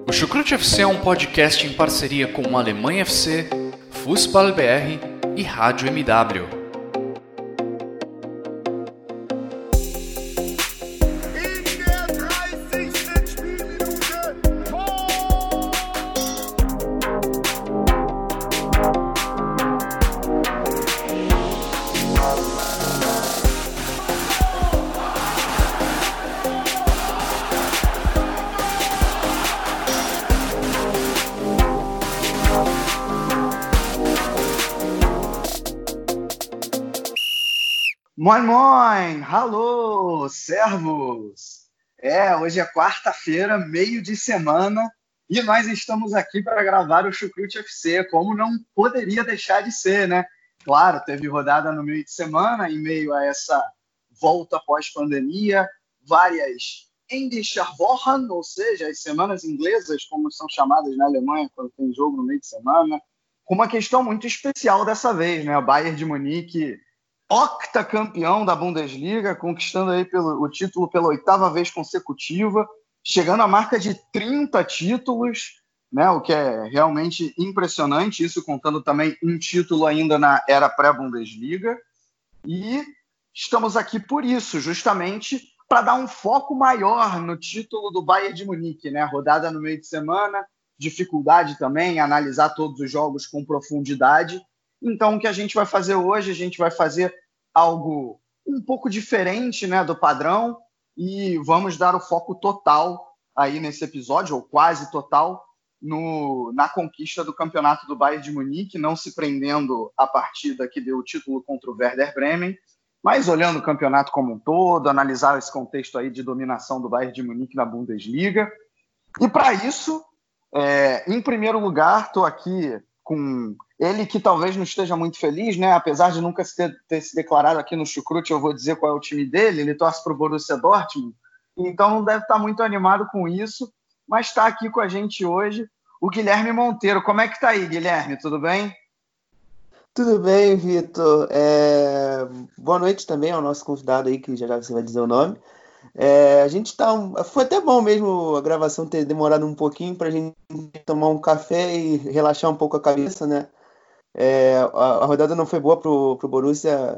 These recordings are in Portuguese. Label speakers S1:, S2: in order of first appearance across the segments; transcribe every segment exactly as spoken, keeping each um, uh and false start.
S1: O Chucrute F C é um podcast em parceria com Alemanha F C, Fußball B R e Rádio M W.
S2: Moin, moin! Alô, servos! É, hoje é quarta-feira, meio de semana, e nós estamos aqui para gravar o Chucrute F C, como não poderia deixar de ser, né? Claro, teve rodada no meio de semana, em meio a essa volta pós-pandemia, várias Englischerwochen, ou seja, as semanas inglesas, como são chamadas na Alemanha quando tem jogo no meio de semana, com uma questão muito especial dessa vez, né? O Bayern de Munique, octacampeão da Bundesliga, conquistando aí pelo, o título pela oitava vez consecutiva, chegando à marca de trinta títulos, né, o que é realmente impressionante, isso contando também um título ainda na era pré-Bundesliga. E estamos aqui por isso, justamente para dar um foco maior no título do Bayern de Munique, né? Rodada no meio de semana, dificuldade também, analisar todos os jogos com profundidade. Então, o que a gente vai fazer hoje, a gente vai fazer algo um pouco diferente, né, do padrão, e vamos dar o foco total aí nesse episódio, ou quase total, no, na conquista do campeonato do Bayern de Munique, não se prendendo à partida que deu o título contra o Werder Bremen, mas olhando o campeonato como um todo, analisar esse contexto aí de dominação do Bayern de Munique na Bundesliga. E para isso, é, em primeiro lugar, estou aqui com ele que talvez não esteja muito feliz, né? Apesar de nunca ter, ter se declarado aqui no Chucrute, eu vou dizer qual é o time dele, ele torce para o Borussia Dortmund, então não deve estar muito animado com isso, mas está aqui com a gente hoje o Guilherme Monteiro. Como é que está aí, Guilherme? Tudo bem?
S3: Tudo bem, Vitor. É... Boa noite também ao nosso convidado aí, que já já você vai dizer o nome. É, a gente tá. Foi até bom mesmo a gravação ter demorado um pouquinho para a gente tomar um café e relaxar um pouco a cabeça, né? É, a, a rodada não foi boa pro, pro Borussia.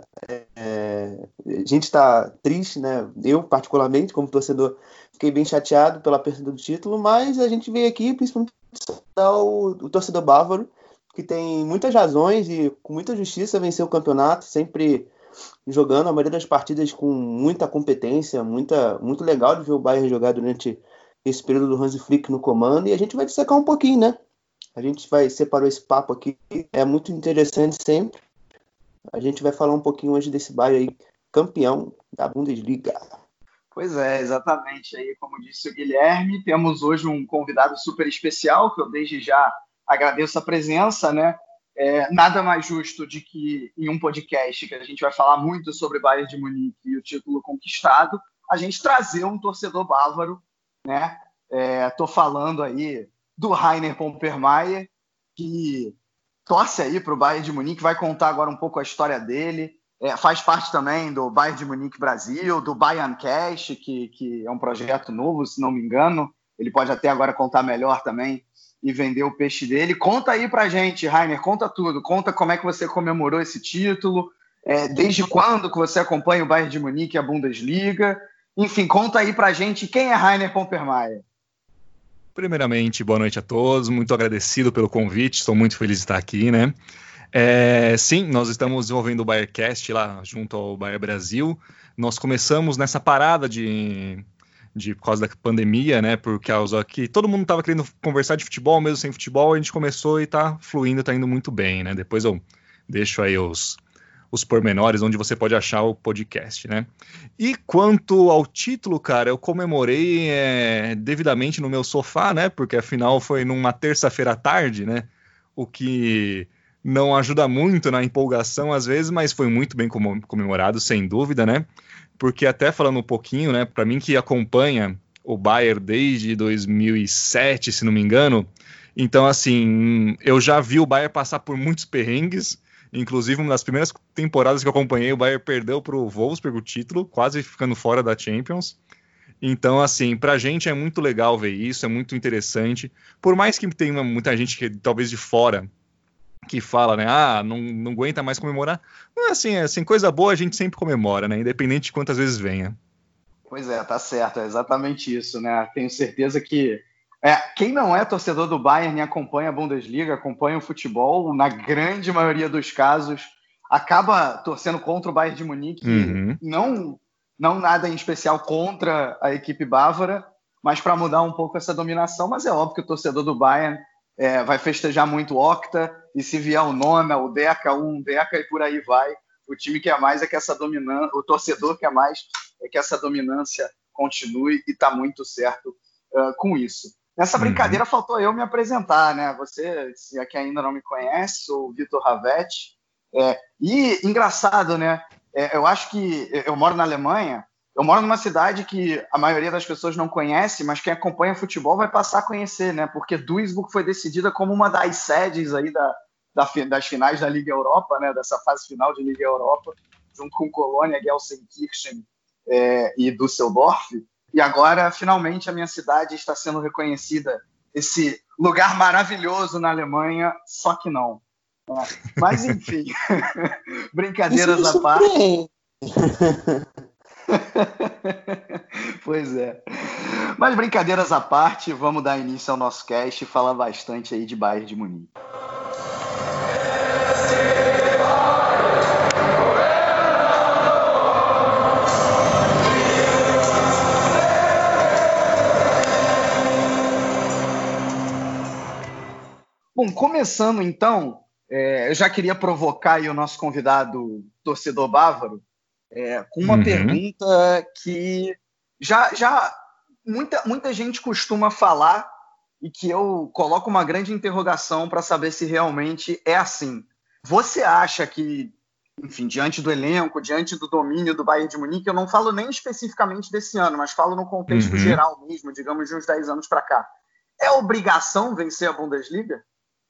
S3: É, a gente está triste, né? Eu, particularmente, como torcedor, fiquei bem chateado pela perda do título, mas a gente veio aqui principalmente para o, o torcedor bávaro, que tem muitas razões e com muita justiça venceu o campeonato, sempre jogando a maioria das partidas com muita competência, muita, muito legal de ver o Bayern jogar durante esse período do Hansi Flick no comando, e a gente vai dissecar um pouquinho, né? A gente vai separar esse papo aqui, é muito interessante sempre. A gente vai falar um pouquinho hoje desse Bayern aí, campeão da Bundesliga.
S2: Pois é, exatamente. Aí, como disse o Guilherme, temos hoje um convidado super especial, que eu desde já agradeço a presença, né? É, nada mais justo de que em um podcast que a gente vai falar muito sobre Bayern de Munique e o título conquistado, a gente trazer um torcedor bávaro, né? Estou é, falando aí do Rainer Pompermayer, que torce aí para o Bayern de Munique, vai contar agora um pouco a história dele, é, faz parte também do Bayern de Munique Brasil, do Bayern Cash, que, que é um projeto novo, se não me engano, ele pode até agora contar melhor também e vender o peixe dele. Conta aí pra gente, Rainer, conta tudo. Conta como é que você comemorou esse título, é, desde quando que você acompanha o Bayern de Munique e a Bundesliga. Enfim, conta aí pra gente quem é Rainer Pompermayer.
S4: Primeiramente, boa noite a todos. Muito agradecido pelo convite. Estou muito feliz de estar aqui, né? É, sim, nós estamos desenvolvendo o BayerCast lá junto ao Bayer Brasil. Nós começamos nessa parada de... De, por causa da pandemia, né, por causa que todo mundo estava querendo conversar de futebol, mesmo sem futebol, a gente começou e está fluindo, está indo muito bem, né, depois eu deixo aí os, os pormenores onde você pode achar o podcast, né. E quanto ao título, cara, eu comemorei é, devidamente no meu sofá, né, porque afinal foi numa terça-feira à tarde, né, o que não ajuda muito na empolgação às vezes, mas foi muito bem comemorado, sem dúvida, né. Porque até falando um pouquinho, né, para mim que acompanha o Bayern desde dois mil e sete, se não me engano, então assim, eu já vi o Bayern passar por muitos perrengues, inclusive uma das primeiras temporadas que eu acompanhei, o Bayern perdeu para o Wolfsburg o título, quase ficando fora da Champions, Então, assim, pra gente é muito legal ver isso, é muito interessante. Por mais que tenha muita gente que talvez de fora que fala, né, ah, não, não aguenta mais comemorar. Não é assim, é assim, coisa boa a gente sempre comemora, né, independente de quantas vezes venha.
S2: Pois é, tá certo, é exatamente isso, né? Tenho certeza que é, quem não é torcedor do Bayern e acompanha a Bundesliga, acompanha o futebol, na grande maioria dos casos, acaba torcendo contra o Bayern de Munique,
S4: Uhum.
S2: não, não nada em especial contra a equipe bávara, mas para mudar um pouco essa dominação. Mas é óbvio que o torcedor do Bayern é, vai festejar muito o Octa, e se vier o Nona, o Deca um, Deca e por aí vai. O time quer mais é que essa dominância, o torcedor quer mais é que essa dominância continue, e está muito certo uh, com isso. Nessa brincadeira, uhum. faltou eu me apresentar, né? Você, se aqui ainda não me conhece, sou o Vitor Ravetti. É, e, engraçado, né? É, eu acho que eu moro na Alemanha, eu moro numa cidade que a maioria das pessoas não conhece, mas quem acompanha futebol vai passar a conhecer, né? Porque Duisburg foi decidida como uma das sedes aí da, da, das finais da Liga Europa, né? Dessa fase final de Liga Europa, junto com Colônia, Gelsenkirchen é, e Düsseldorf. E agora, finalmente, a minha cidade está sendo reconhecida, esse lugar maravilhoso na Alemanha, só que não. É. Mas, enfim, brincadeiras à parte. Pois é. Mas, brincadeiras à parte, vamos dar início ao nosso cast e falar bastante aí de Bayern de Munique. Bom, começando então, é, eu já queria provocar aí o nosso convidado torcedor bávaro é, com uma uhum. pergunta que já, já muita, muita gente costuma falar e que eu coloco uma grande interrogação para saber se realmente é assim. Você acha que, enfim, diante do elenco, diante do domínio do Bayern de Munique, eu não falo nem especificamente desse ano, mas falo no contexto uhum. geral mesmo, digamos de uns dez anos para cá, é obrigação vencer a Bundesliga?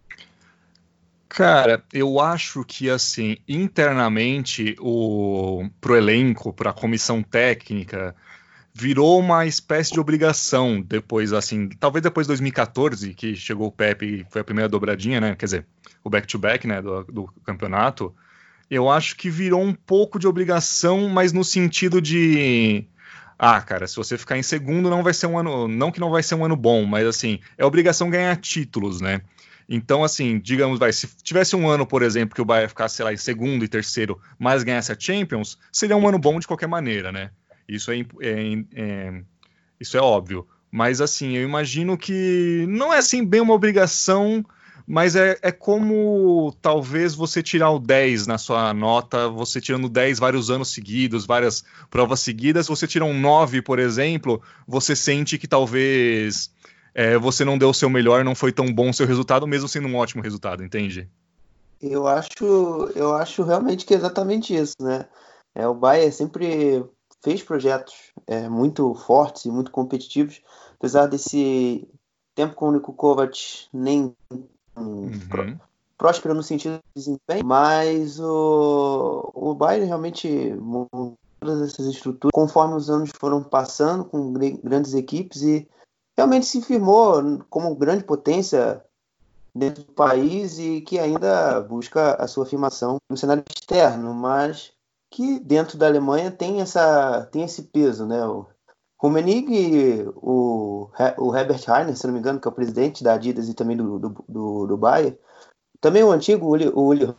S4: Cara, eu acho que, assim, internamente, o, pro elenco, pra comissão técnica, virou uma espécie de obrigação depois, assim, talvez depois de dois mil e catorze, que chegou o Pepe e foi a primeira dobradinha, né, quer dizer, o back-to-back, né, do, do campeonato, eu acho que virou um pouco de obrigação, mas no sentido de... Ah, cara, se você ficar em segundo, não vai ser um ano... Não que não vai ser um ano bom, mas, assim, é obrigação ganhar títulos, né? Então, assim, digamos, vai, se tivesse um ano, por exemplo, que o Bayern ficasse, sei lá, em segundo e terceiro, mas ganhasse a Champions, seria um ano bom de qualquer maneira, né? Isso é, é, é, isso é óbvio. Mas, assim, eu imagino que não é, assim, bem uma obrigação, mas é, é como, talvez, você tirar o dez na sua nota, você tirando dez vários anos seguidos, várias provas seguidas, você tira um nove, por exemplo, você sente que talvez... É, você não deu o seu melhor, não foi tão bom o seu resultado, mesmo sendo um ótimo resultado, entende?
S3: Eu acho, eu acho realmente que é exatamente isso, né? É, o Bayern sempre fez projetos é, muito fortes e muito competitivos, apesar desse tempo com o Niko Kovac nem um, uhum. pró- próspero no sentido de desempenho, mas o, o Bayern realmente montou todas essas estruturas conforme os anos foram passando, com grandes equipes, e realmente se firmou como grande potência dentro do país e que ainda busca a sua afirmação no cenário externo, mas que dentro da Alemanha tem, essa, tem esse peso, né? O Rummenigge, o, o Herbert Hainer, se não me engano, que é o presidente da Adidas e também do, do, do, do Bayern, também o antigo Uli, o Uli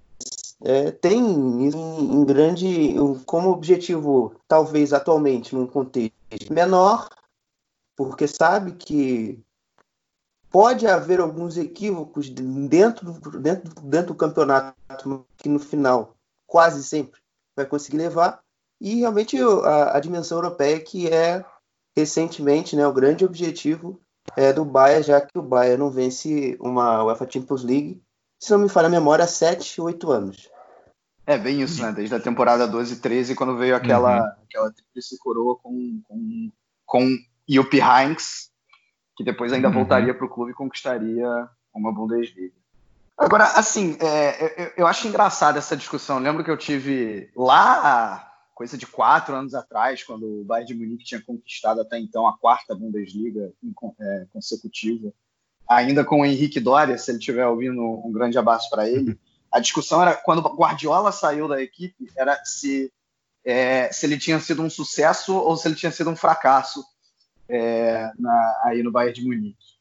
S3: é, tem isso em, em grande, como objetivo, talvez atualmente, num contexto menor, porque sabe que pode haver alguns equívocos dentro, dentro, dentro do campeonato, que no final, quase sempre, vai conseguir levar. E realmente a, a dimensão europeia, que é recentemente, né, o grande objetivo é, do Bayern, já que o Bayern não vence uma UEFA Champions League, se não me falha a memória, há sete, oito anos.
S2: É bem isso, né? Desde a temporada doze, treze, quando veio aquela, uhum. aquela tríplice coroa com... com, com Jupp Heynckes, que depois ainda uhum. voltaria para o clube e conquistaria uma Bundesliga. Agora, assim, é, eu, eu acho engraçada essa discussão. Eu lembro que eu tive lá, coisa de quatro anos atrás, quando o Bayern de Munique tinha conquistado até então a quarta Bundesliga é, consecutiva, ainda com o Henrique Doria, se ele estiver ouvindo, um grande abraço para ele. A discussão era, quando o Guardiola saiu da equipe, era se, é, se ele tinha sido um sucesso ou se ele tinha sido um fracasso é, na, aí no Bayern de Munique.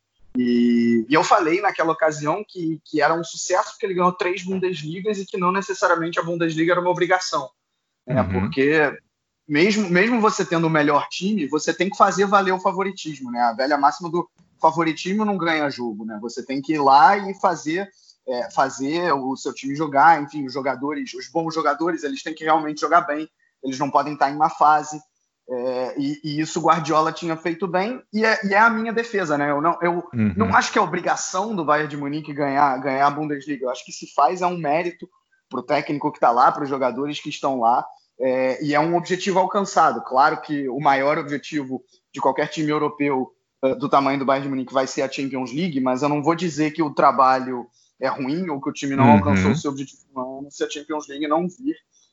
S2: E, e eu falei naquela ocasião que, que era um sucesso porque ele ganhou três Bundesligas e que não necessariamente a Bundesliga era uma obrigação. Né? Uhum. Porque mesmo, mesmo você tendo o melhor time, você tem que fazer valer o favoritismo. Né? A velha máxima do favoritismo não ganha jogo. Né? Você tem que ir lá e fazer, é, fazer o seu time jogar. Enfim, os jogadores, os bons jogadores, eles têm que realmente jogar bem. Eles não podem estar em uma fase. É, e, e isso o Guardiola tinha feito bem, e é, e é a minha defesa, né? Eu, não, eu uhum. não acho que é obrigação do Bayern de Munique ganhar, ganhar a Bundesliga. Eu acho que se faz é um mérito para o técnico que está lá, para os jogadores que estão lá, é, e é um objetivo alcançado. Claro que o maior objetivo de qualquer time europeu uh, do tamanho do Bayern de Munique vai ser a Champions League, mas eu não vou dizer que o trabalho é ruim ou que o time não uhum. alcançou o seu objetivo no ano se a Champions League não vir.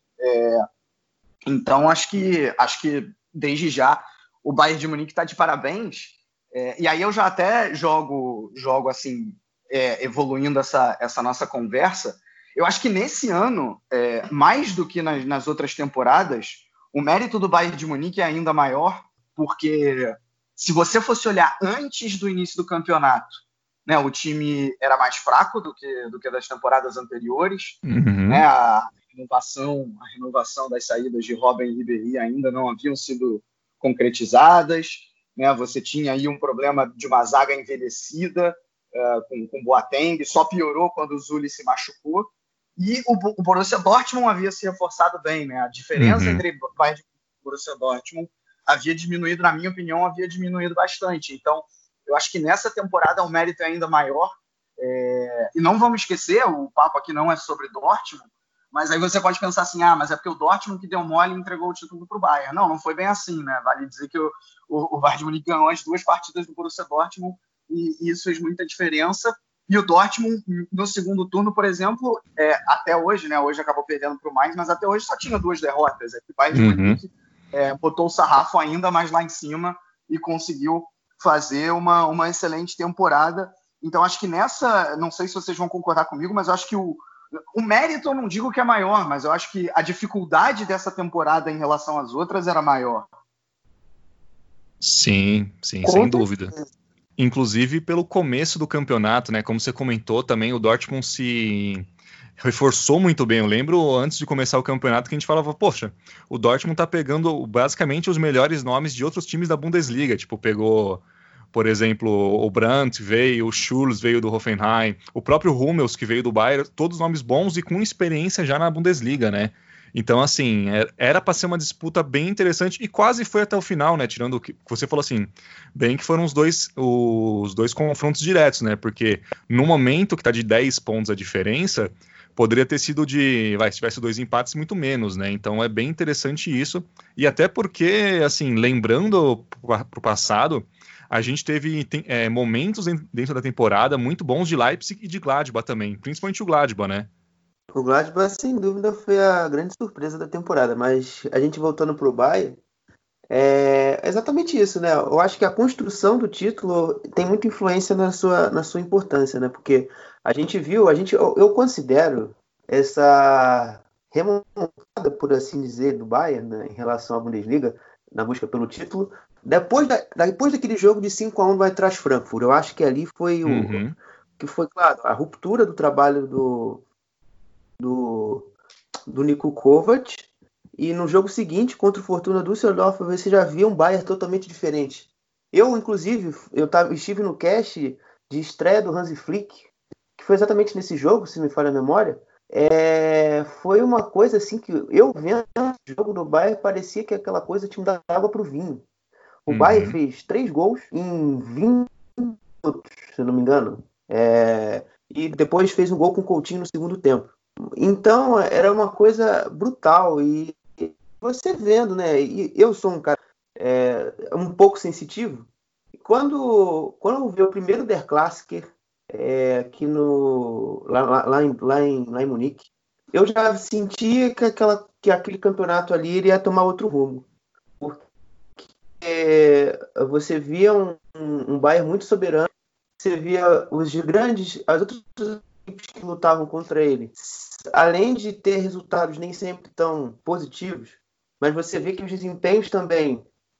S2: É, então, acho que, acho que desde já, o Bayern de Munique está de parabéns. É, e aí eu já até jogo, jogo assim, é, evoluindo essa, essa nossa conversa. Eu acho que nesse ano, é, mais do que nas, nas outras temporadas, o mérito do Bayern de Munique é ainda maior, porque se você fosse olhar antes do início do campeonato, né, o time era mais fraco do que, do que das temporadas anteriores, uhum. né, a renovação, a renovação das saídas de Robben e Ribéry ainda não haviam sido concretizadas, né? Você tinha aí um problema de uma zaga envelhecida uh, com, com Boateng, só piorou quando o Zuli se machucou, e o, o Borussia Dortmund havia se reforçado bem, né? A diferença uhum. entre Bayern e Borussia Dortmund havia diminuído, na minha opinião, havia diminuído bastante. Então, eu acho que nessa temporada o mérito é ainda maior, é... e não vamos esquecer, o papo aqui não é sobre Dortmund, mas aí você pode pensar assim, ah, mas é porque o Dortmund que deu mole e entregou o título para o Bayern. Não, não foi bem assim, né? Vale dizer que o, o, o Bayern de Munique ganhou as duas partidas do Borussia Dortmund e, e isso fez muita diferença. E o Dortmund, no segundo turno, por exemplo, é, até hoje, né? Hoje acabou perdendo para o Mainz, mas até hoje só tinha duas derrotas. É que o Bayern uhum. de Munique é, botou o sarrafo ainda mais lá em cima e conseguiu fazer uma, uma excelente temporada. Então, acho que nessa, não sei se vocês vão concordar comigo, mas eu acho que o O mérito eu não digo que é maior, mas eu acho que a dificuldade dessa temporada em relação às outras era maior.
S4: Sim, sim, Com sem dúvida. Inclusive pelo começo do campeonato, né? Como você comentou também, o Dortmund se reforçou muito bem. Eu lembro antes de começar o campeonato que a gente falava, poxa, o Dortmund tá pegando basicamente os melhores nomes de outros times da Bundesliga. Tipo, pegou... Por exemplo, o Brandt veio, o Schulz veio do Hoffenheim, o próprio Hummels que veio do Bayern, todos nomes bons e com experiência já na Bundesliga, né? Então, assim, era para ser uma disputa bem interessante e quase foi até o final, né? Tirando o que você falou assim, bem que foram os dois, os dois confrontos diretos, né? Porque no momento que tá de dez pontos a diferença, poderia ter sido de, vai, se tivesse dois empates, muito menos, né? Então é bem interessante isso. E até porque, assim, lembrando pro passado, a gente teve tem, é, momentos dentro da temporada muito bons de Leipzig e de Gladbach também, principalmente o Gladbach, né?
S3: O Gladbach, sem dúvida, foi a grande surpresa da temporada, mas a gente voltando pro Bayern, é exatamente isso, né? Eu acho que a construção do título tem muita influência na sua, na sua importância, né? Porque a gente viu, a gente, eu, eu considero essa remontada, por assim dizer, do Bayern, né, em relação à Bundesliga, na busca pelo título, Depois, da, depois daquele jogo de cinco a um vai atrás Frankfurt, eu acho que ali foi o uhum. que foi, claro, a ruptura do trabalho do, do, do Niko Kovac, e no jogo seguinte, contra o Fortuna Düsseldorf, você já via um Bayern totalmente diferente. Eu, inclusive, eu tava, estive no cast de estreia do Hansi Flick, que foi exatamente nesse jogo, se me falha a memória. É, foi uma coisa assim que eu vendo o jogo do Bayern, parecia que aquela coisa tinha dado água pro vinho. O uhum. Bayern fez três gols em vinte minutos, se não me engano. É... E depois fez um gol com o Coutinho no segundo tempo. Então, era uma coisa brutal. E você vendo, né? E eu sou um cara é, um pouco sensitivo. Quando, quando eu vi o primeiro Der Klassiker é, aqui no, lá, lá, lá, em, lá, em, lá em Munique, eu já sentia que aquela, que aquele campeonato ali iria tomar outro rumo. Porque você via um, um Bayern muito soberano, você via os grandes, as outras equipes que lutavam contra ele, além de ter resultados nem sempre tão positivos, mas você vê que os desempenhos também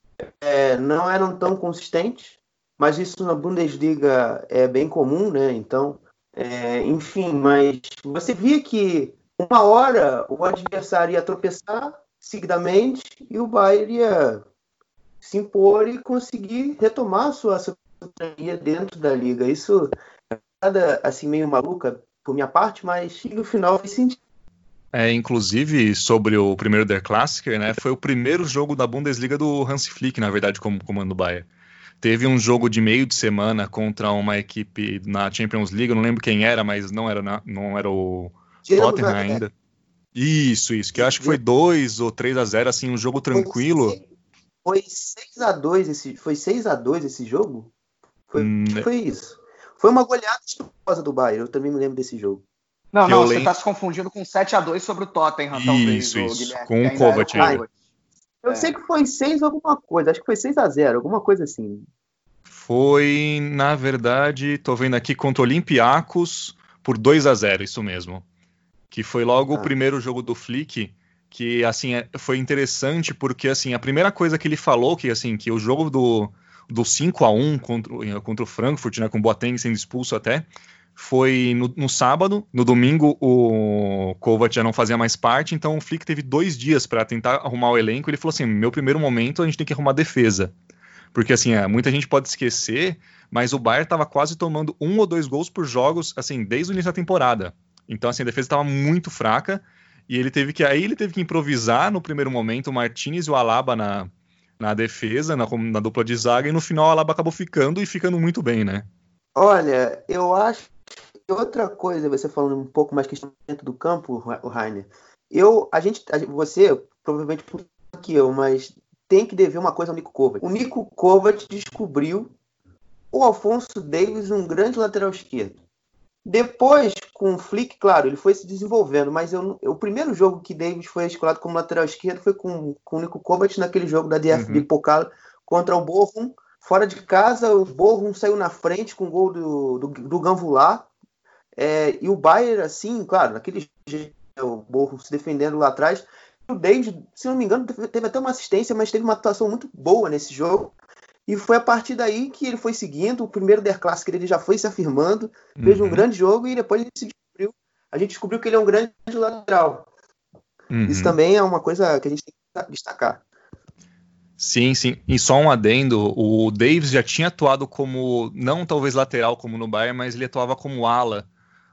S3: é, não eram tão consistentes, mas isso na Bundesliga é bem comum, né? Então, é, enfim, mas você via que uma hora o adversário ia tropeçar seguidamente e o Bayern ia se impor e conseguir retomar a sua soberania dentro da liga. Isso é nada assim meio maluca por minha parte, mas no final fez sentido.
S4: É, inclusive, sobre o primeiro Der Klassiker, né, foi o primeiro jogo da Bundesliga do Hansi Flick, na verdade, como comando do Bayern. Teve um jogo de meio de semana contra uma equipe na Champions League, eu não lembro quem era, mas não era, na, não era o Tottenham ainda. Isso, isso, que eu acho que foi dois ou três a zero, assim, um jogo tranquilo.
S3: Foi seis a dois esse, foi seis a dois esse jogo? Foi, hum, foi isso. Foi uma goleada estrondosa do Bayern, eu também me lembro desse jogo.
S2: Não, não, você está se confundindo com sete a dois sobre o Tottenham, talvez,
S4: isso, isso,
S2: Guilherme,
S4: com o Kovac ainda.
S3: Eu é. sei que foi seis alguma coisa, acho que foi seis a zero, alguma coisa assim.
S4: Foi, na verdade, tô vendo aqui, contra o Olympiacos por dois a zero, isso mesmo. Que foi logo ah. o primeiro jogo do Flick, que, assim, foi interessante porque, assim, a primeira coisa que ele falou, que, assim, que o jogo do, do cinco a um contra, contra o Frankfurt, né, com o Boateng sendo expulso até, foi no, no sábado. No domingo o Kovac já não fazia mais parte, então o Flick teve dois dias para tentar arrumar o elenco. Ele falou assim, meu primeiro momento a gente tem que arrumar a defesa, porque assim, é, muita gente pode esquecer, mas o Bayern estava quase tomando um ou dois gols por jogos, assim, desde o início da temporada. Então assim, a defesa estava muito fraca, e ele teve que, aí ele teve que improvisar no primeiro momento o Martinez e o Alaba na, na defesa, na, na dupla de zaga, e no final o Alaba acabou ficando e ficando muito bem, né?
S3: Olha, eu acho que outra coisa, você falando um pouco mais questão dentro do campo, o Rainer, eu, a gente, a, você, provavelmente que eu, mas tem que dever uma coisa ao Nico Kovac. O Nico Kovac descobriu o Alphonso Davies um grande lateral esquerdo. Depois, com o Flick, claro, ele foi se desenvolvendo, mas eu, o primeiro jogo que Davies foi escolhido como lateral esquerdo foi com, com o Nico Kovac naquele jogo da D F B uhum. Pokal contra o Bochum. Fora de casa, o Bochum saiu na frente com o gol do, do, do Ganvulá. É, e o Bayern, assim, claro, naquele jeito, o Bochum se defendendo lá atrás. O Davies, se não me engano, teve até uma assistência, mas teve uma atuação muito boa nesse jogo. E foi a partir daí que ele foi seguindo. O primeiro Der Klassiker ele já foi se afirmando, uhum. fez um grande jogo e depois a gente, se descobriu, a gente descobriu que ele é um grande lateral. Uhum. Isso também é uma coisa que a gente tem que destacar.
S4: Sim, sim. E só um adendo, o Davies já tinha atuado como, não talvez lateral como no Bayern, mas ele atuava como ala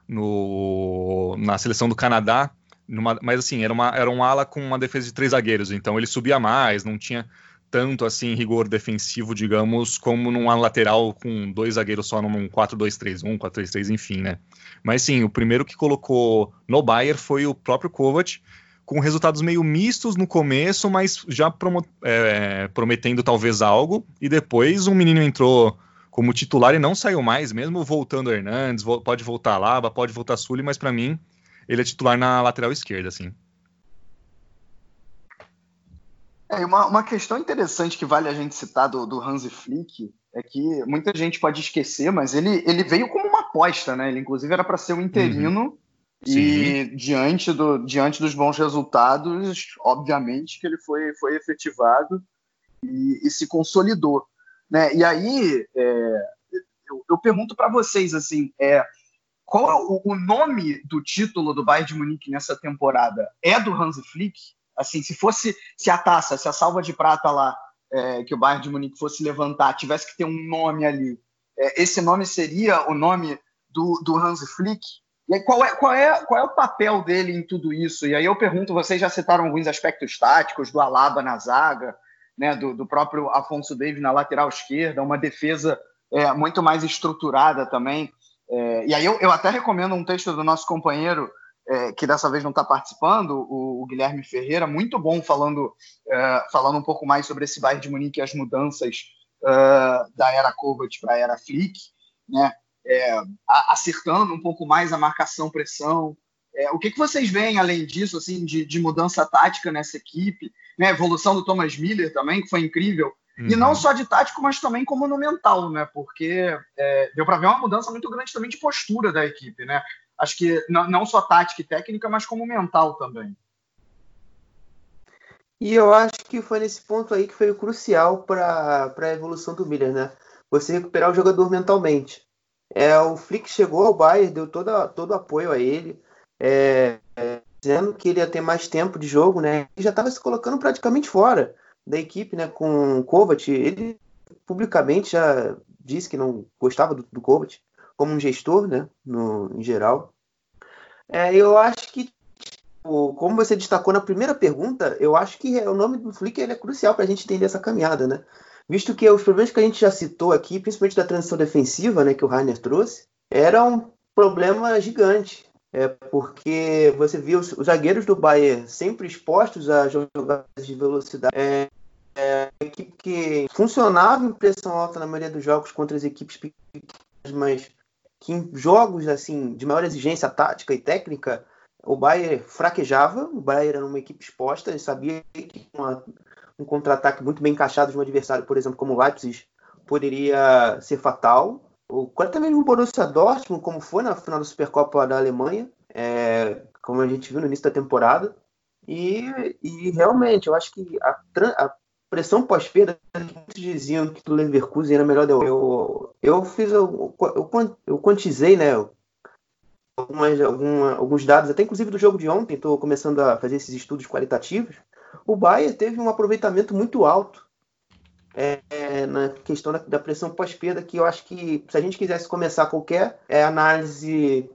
S4: no, na seleção do Canadá, numa, mas assim, era, uma, era um ala com uma defesa de três zagueiros, então ele subia mais, não tinha tanto assim rigor defensivo, digamos, como numa lateral com dois zagueiros só num quatro dois três um, quatro três três, enfim, né? Mas sim, o primeiro que colocou no Bayern foi o próprio Kovac, com resultados meio mistos no começo, mas já promo- é, prometendo talvez algo, e depois um menino entrou como titular e não saiu mais, mesmo voltando Hernandes, vo- pode voltar Alaba, pode voltar Sully, mas para mim ele é titular na lateral esquerda, assim.
S2: É, uma, uma questão interessante que vale a gente citar do, do Hansi Flick é que muita gente pode esquecer, mas ele, ele veio como uma aposta, né? Ele inclusive era para ser um interino, uhum. E diante, do, diante dos bons resultados, obviamente que ele foi, foi efetivado e, e se consolidou, né? E aí, é, eu, eu pergunto para vocês, assim, é, qual é o, o nome do título do Bayern de Munique nessa temporada? É do Hansi Flick? Assim, se fosse, se a taça, se a salva de prata lá, é, que o Bayern de Munique fosse levantar, tivesse que ter um nome ali, é, esse nome seria o nome do, do Hansi Flick? E aí, qual é, qual, é, qual é o papel dele em tudo isso? E aí eu pergunto, vocês já citaram alguns aspectos táticos, do Alaba na zaga, né, do, do próprio Alphonso Davies na lateral esquerda, uma defesa é, muito mais estruturada também. É, e aí eu, eu até recomendo um texto do nosso companheiro, é, que dessa vez não está participando, o, o Guilherme Ferreira, muito bom, falando, é, falando um pouco mais sobre esse Bayern de Munique e as mudanças é, da era Kovac para a era Flick, né? É, acertando um pouco mais a marcação-pressão, É, o que, que vocês veem, além disso, assim, de, de mudança tática nessa equipe, né? A evolução do Thomas Miller também, que foi incrível, uhum. E não só de tático, mas também como no mental, né? Porque é, deu para ver uma mudança muito grande também de postura da equipe, né? Acho que não, não só tática e técnica, mas como mental também.
S3: E eu acho que foi nesse ponto aí que foi crucial para a evolução do Miller, né? Você recuperar o jogador mentalmente. É, o Flick chegou ao Bayern, deu toda, todo o apoio a ele, é, é, dizendo que ele ia ter mais tempo de jogo, né? E já estava se colocando praticamente fora da equipe, né? Com o Kovac. Ele publicamente já disse que não gostava do, do Kovac como um gestor, né? No, em geral. É, eu acho que, tipo, como você destacou na primeira pergunta, eu acho que o nome do Flick ele é crucial para a gente entender essa caminhada, né? Visto que os problemas que a gente já citou aqui, principalmente da transição defensiva, né, que o Rainer trouxe, era um problema gigante. É porque você via os, os zagueiros do Bayern sempre expostos a jogadas de velocidade. É, é uma equipe que funcionava em pressão alta na maioria dos jogos contra as equipes pequenas, mas que em jogos assim, de maior exigência tática e técnica, o Bayern fraquejava. O Bayern era uma equipe exposta, ele sabia que uma um contra-ataque muito bem encaixado de um adversário, por exemplo, como o Leipzig, poderia ser fatal. Ou até mesmo o Borussia Dortmund, como foi na final da Supercopa da Alemanha, é, como a gente viu no início da temporada. E, e realmente, eu acho que a, a pressão pós-perda, muitos diziam que o Leverkusen era melhor. Eu, eu fiz, eu, eu, eu quantizei, né, algumas, alguma, alguns dados, até inclusive do jogo de ontem, estou começando a fazer esses estudos qualitativos. O Bayern teve um aproveitamento muito alto é, é, na questão da, da pressão pós-perda, que eu acho que, se a gente quisesse começar qualquer é, análise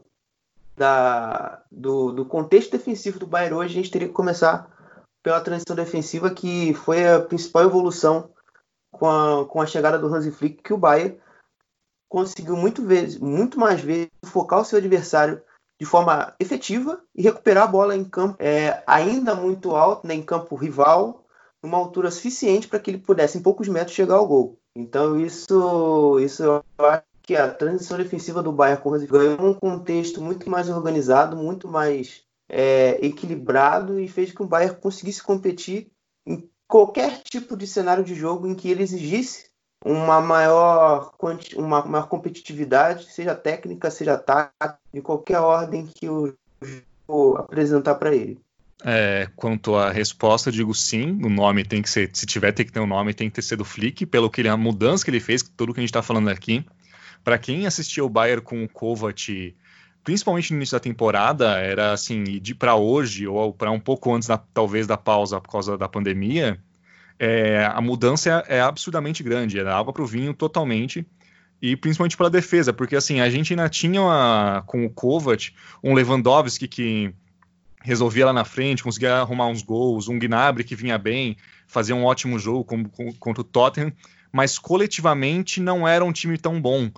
S3: da, do, do contexto defensivo do Bayern hoje, a gente teria que começar pela transição defensiva, que foi a principal evolução com a, com a chegada do Hansi Flick, que o Bayern conseguiu muito, vezes, muito mais vezes focar o seu adversário de forma efetiva e recuperar a bola em campo é, ainda muito alto, né, em campo rival, numa altura suficiente para que ele pudesse, em poucos metros, chegar ao gol. Então isso, isso eu acho que a transição defensiva do Bayern com o Hansi ganhou um contexto muito mais organizado, muito mais é, equilibrado, e fez com que o Bayern conseguisse competir em qualquer tipo de cenário de jogo em que ele exigisse uma maior, uma maior competitividade, seja técnica, seja tática, de qualquer ordem que o jogo apresentar para ele.
S4: É, quanto à resposta, eu digo sim, o nome tem que ser, se tiver tem que ter um nome, tem que ter sido Flick, pelo que ele, a mudança que ele fez, tudo que a gente está falando aqui. Para quem assistiu o Bayern com o Kovac, principalmente no início da temporada, era assim, de para hoje, ou para um pouco antes, da, talvez, da pausa por causa da pandemia, É, a mudança é, é absurdamente grande, era água para o vinho totalmente, e principalmente pela defesa, porque assim, a gente ainda tinha uma, com o Kovac um Lewandowski que resolvia lá na frente, conseguia arrumar uns gols, um Gnabry que vinha bem, fazia um ótimo jogo com, com, contra o Tottenham, mas coletivamente não era um time tão bom,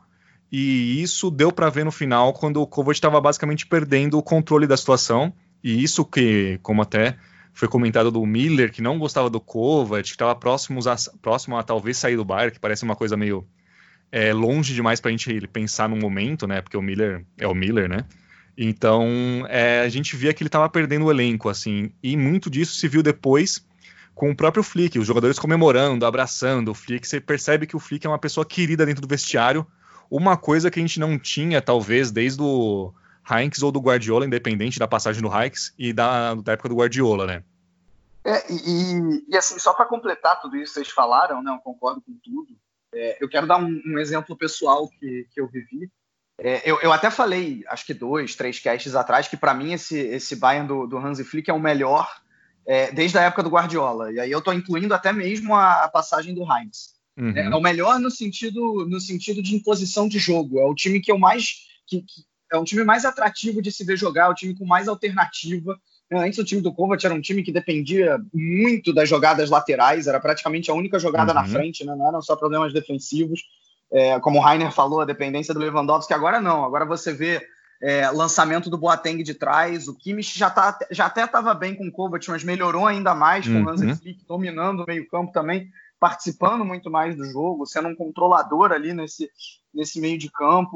S4: e isso deu para ver no final, quando o Kovac estava basicamente perdendo o controle da situação, e isso que, como até foi comentado do Miller, que não gostava do Kovac, que estava próximo a, próximo a talvez sair do Bayern, que parece uma coisa meio é, longe demais para a gente pensar no momento, né? Porque o Miller é o Miller, né? Então, é, a gente via que ele estava perdendo o elenco, assim, e muito disso se viu depois com o próprio Flick, os jogadores comemorando, abraçando o Flick. Você percebe que o Flick é uma pessoa querida dentro do vestiário, uma coisa que a gente não tinha, talvez, desde o Heinz ou do Guardiola, independente da passagem do Heinz e da, da época do Guardiola, né?
S2: É, e, e assim, só para completar tudo isso que vocês falaram, né, eu concordo com tudo, é, eu quero dar um, um exemplo pessoal que, que eu vivi. É, eu, eu até falei, acho que dois, três casts atrás, que para mim esse, esse Bayern do, do Hansi Flick é o melhor é, desde a época do Guardiola, e aí eu estou incluindo até mesmo a, a passagem do Heinz. Uhum. É, é o melhor no sentido, no sentido de imposição de jogo, é o time que eu mais... Que, que, é um time mais atrativo de se ver jogar, é o time com mais alternativa. Antes o time do Kovac era um time que dependia muito das jogadas laterais, era praticamente a única jogada uhum. na frente, né? Não eram só problemas defensivos. É, como o Rainer falou, a dependência do Lewandowski, agora não. Agora você vê é, lançamento do Boateng de trás, o Kimmich já, tá, já até estava bem com o Kovac, mas melhorou ainda mais com uhum. o Hansi Flick, dominando o meio campo também, participando muito mais do jogo, sendo um controlador ali nesse, nesse meio de campo.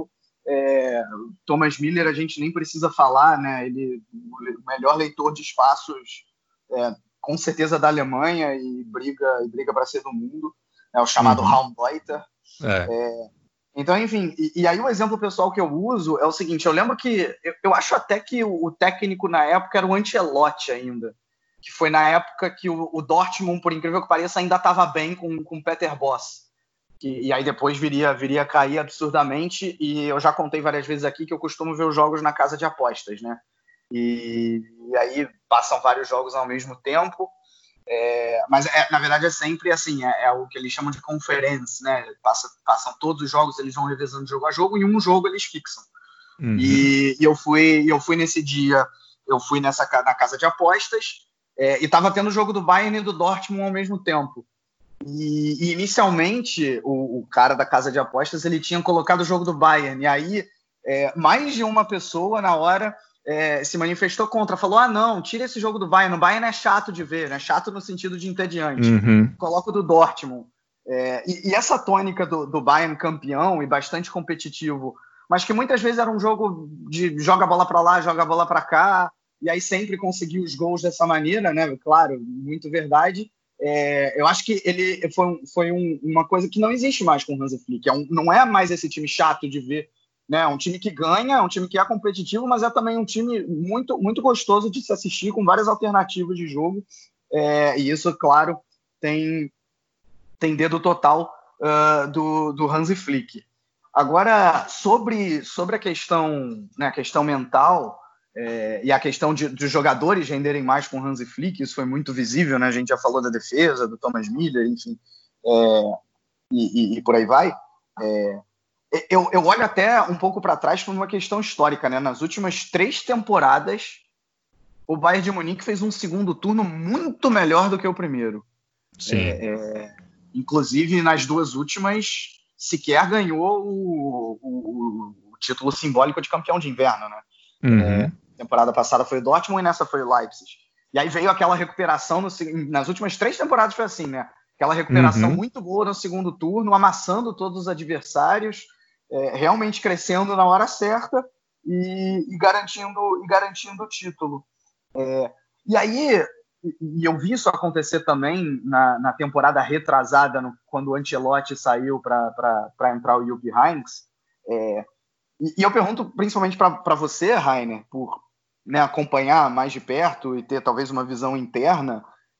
S2: É, Thomas Müller a gente nem precisa falar, né? Ele o melhor leitor de espaços, é, com certeza da Alemanha, e briga e briga para ser do mundo, é o chamado
S4: Uhum.
S2: Raumdeuter.
S4: É.
S2: É, então, enfim, e, e aí o exemplo pessoal que eu uso é o seguinte: eu lembro que eu, eu acho até que o, o técnico na época era o Ancelotti ainda, que foi na época que o, o Dortmund, por incrível que pareça, ainda estava bem com o Peter Bosz. E, e aí depois viria, viria a cair absurdamente, e eu já contei várias vezes aqui que eu costumo ver os jogos na casa de apostas, né? E, e aí passam vários jogos ao mesmo tempo, é, mas é, na verdade é sempre assim, é, é o que eles chamam de conference, né? Passa, passam todos os jogos, eles vão revezando jogo a jogo, e um jogo eles fixam.
S4: Uhum.
S2: E, e eu, fui, eu fui nesse dia, eu fui nessa, na casa de apostas, é, e estava tendo o jogo do Bayern e do Dortmund ao mesmo tempo. E, e inicialmente o, o cara da casa de apostas ele tinha colocado o jogo do Bayern, e aí é, mais de uma pessoa na hora é, se manifestou contra, falou: ah não, tira esse jogo do Bayern, o Bayern é chato de ver, né? Chato no sentido de entediante,
S4: Uhum.
S2: coloca o do Dortmund. É, e, e essa tônica do, do Bayern campeão e bastante competitivo, mas que muitas vezes era um jogo de joga a bola para lá, joga a bola para cá, e aí sempre conseguiu os gols dessa maneira, né? Claro, muito verdade. É, eu acho que ele foi, foi um, uma coisa que não existe mais com o Hansi Flick. É um, não é mais esse time chato de ver, né? É um time que ganha, é um time que é competitivo, mas é também um time muito, muito gostoso de se assistir, com várias alternativas de jogo. É, e isso, claro, tem, tem dedo total uh, do, do Hansi Flick. Agora, sobre, sobre a questão, né, a questão mental, É, e a questão de, de jogadores renderem mais com o Hansi Flick, isso foi muito visível, né? A gente já falou da defesa, do Thomas Müller, enfim, é, e, e, e por aí vai. É, eu, eu olho até um pouco para trás por uma questão histórica, né? Nas últimas três temporadas, o Bayern de Munique fez um segundo turno muito melhor do que o primeiro.
S4: Sim.
S2: É, é, inclusive, nas duas últimas, sequer ganhou o, o, o título simbólico de campeão de inverno, né?
S4: Uhum.
S2: É, temporada passada foi o Dortmund e nessa foi o Leipzig. E aí veio aquela recuperação, no, nas últimas três temporadas foi assim, né? Aquela recuperação
S4: uhum.
S2: muito boa no segundo turno, amassando todos os adversários, é, realmente crescendo na hora certa e, e, garantindo, e garantindo o título. É, e aí, e eu vi isso acontecer também na, na temporada retrasada, no, quando o Ancelotti saiu para entrar o Jupp Heynckes. É, e, e eu pergunto principalmente para você, Rainer, por, né, acompanhar mais de perto e ter talvez uma visão interna.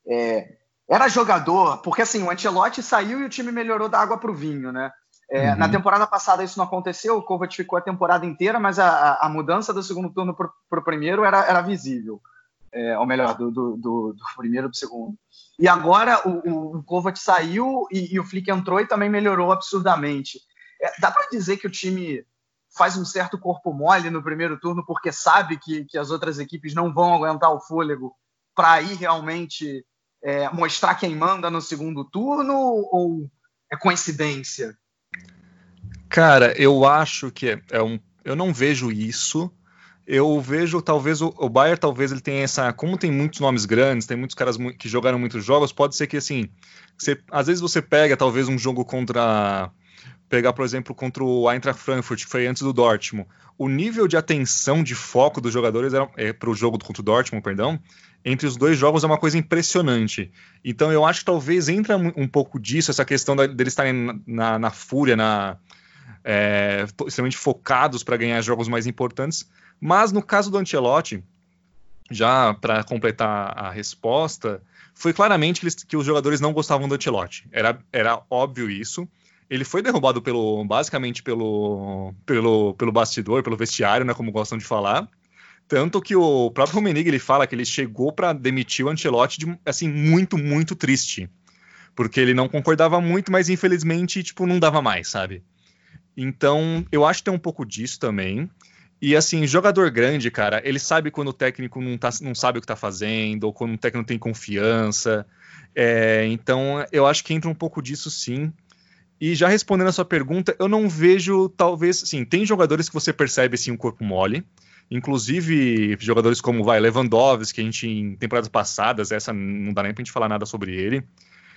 S2: É, era jogador, porque assim, o Ancelotti saiu e o time melhorou da água para o vinho, né? É, uhum. Na temporada passada isso não aconteceu, o Kovac ficou a temporada inteira, mas a, a mudança do segundo turno para o primeiro era, era visível. É, ou melhor, do, do, do, do primeiro para o segundo. E agora o, o Kovac saiu e, e o Flick entrou e também melhorou absurdamente. É, dá para dizer que o time faz um certo corpo mole no primeiro turno porque sabe que, que as outras equipes não vão aguentar o fôlego para aí realmente é, mostrar quem manda no segundo turno, ou é coincidência?
S4: Cara, eu acho que é, é um... Eu não vejo isso. Eu vejo, talvez, o, o Bayern, talvez ele tenha essa... Como tem muitos nomes grandes, tem muitos caras que jogaram muitos jogos, pode ser que, assim, você, às vezes você pega, talvez, um jogo contra... Pegar, por exemplo, contra o Eintracht Frankfurt, que foi antes do Dortmund. O nível de atenção, de foco dos jogadores é, para o jogo contra o Dortmund, perdão, entre os dois jogos é uma coisa impressionante. Então eu acho que talvez entra um pouco disso, essa questão da, deles estarem na, na, na fúria, na, é, extremamente focados para ganhar jogos mais importantes. Mas no caso do Ancelotti, já para completar a resposta, foi claramente que, eles, que os jogadores não gostavam do Ancelotti. Era, era óbvio isso. Ele foi derrubado pelo, basicamente pelo, pelo, pelo bastidor, pelo vestiário, né, como gostam de falar. Tanto que o próprio Rummenigge, ele fala que ele chegou para demitir o Ancelotti de, assim, muito, muito triste. Porque ele não concordava muito, mas infelizmente tipo, não dava mais, sabe? Então, eu acho que tem um pouco disso também. E assim, jogador grande, cara, ele sabe quando o técnico não, tá, não sabe o que tá fazendo, ou quando o técnico não tem confiança. É, então, eu acho que entra um pouco disso sim. E já respondendo a sua pergunta, eu não vejo, talvez, sim, tem jogadores que você percebe, sim, um corpo mole, inclusive jogadores como, vai, Lewandowski, que a gente, em temporadas passadas, essa não dá nem pra gente falar nada sobre ele,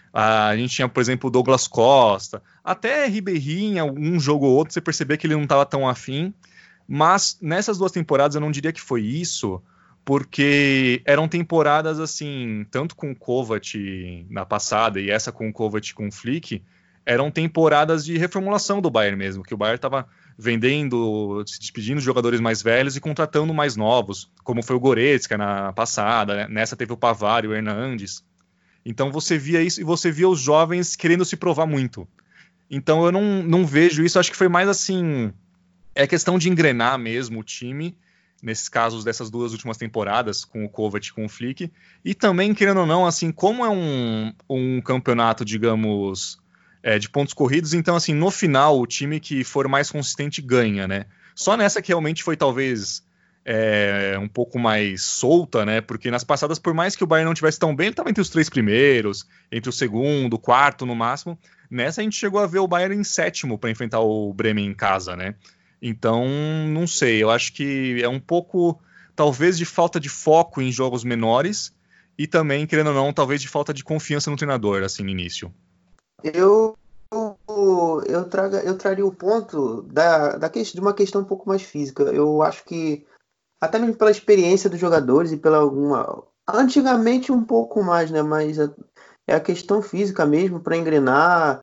S4: A gente tinha, por exemplo, o Douglas Costa, até Ribéry, em algum jogo ou outro, você percebia que ele não estava tão afim, mas nessas duas temporadas eu não diria que foi isso, porque eram temporadas assim, tanto com o Kovac na passada e essa com o Kovac com o Flick, eram temporadas de reformulação do Bayern mesmo, que o Bayern estava vendendo, se despedindo de jogadores mais velhos e contratando mais novos, como foi o Goretzka na passada, né? Nessa teve o Pavard e o Hernandes. Então você via isso, e você via os jovens querendo se provar muito. Então eu não, não vejo isso, acho que foi mais assim, é questão de engrenar mesmo o time, nesses casos dessas duas últimas temporadas, com o Kovac e com o Flick, e também, querendo ou não, assim, como é um, um campeonato, digamos, é, de pontos corridos, então, assim, no final, o time que for mais consistente ganha, né? Só nessa que realmente foi, talvez, é, um pouco mais solta, né? Porque nas passadas, por mais que o Bayern não tivesse tão bem, ele estava entre os três primeiros, entre o segundo, o quarto, no máximo. Nessa, a gente chegou a ver o Bayern em sétimo para enfrentar o Bremen em casa, né? Então, não sei, eu acho que é um pouco, talvez, de falta de foco em jogos menores e também, querendo ou não, talvez de falta de confiança no treinador, assim, no início.
S3: Eu, eu, eu, traga, eu traria o ponto da, da que, de uma questão um pouco mais física. Eu acho que, até mesmo pela experiência dos jogadores e pela alguma... Antigamente um pouco mais, né? Mas é, é a questão física mesmo, para engrenar,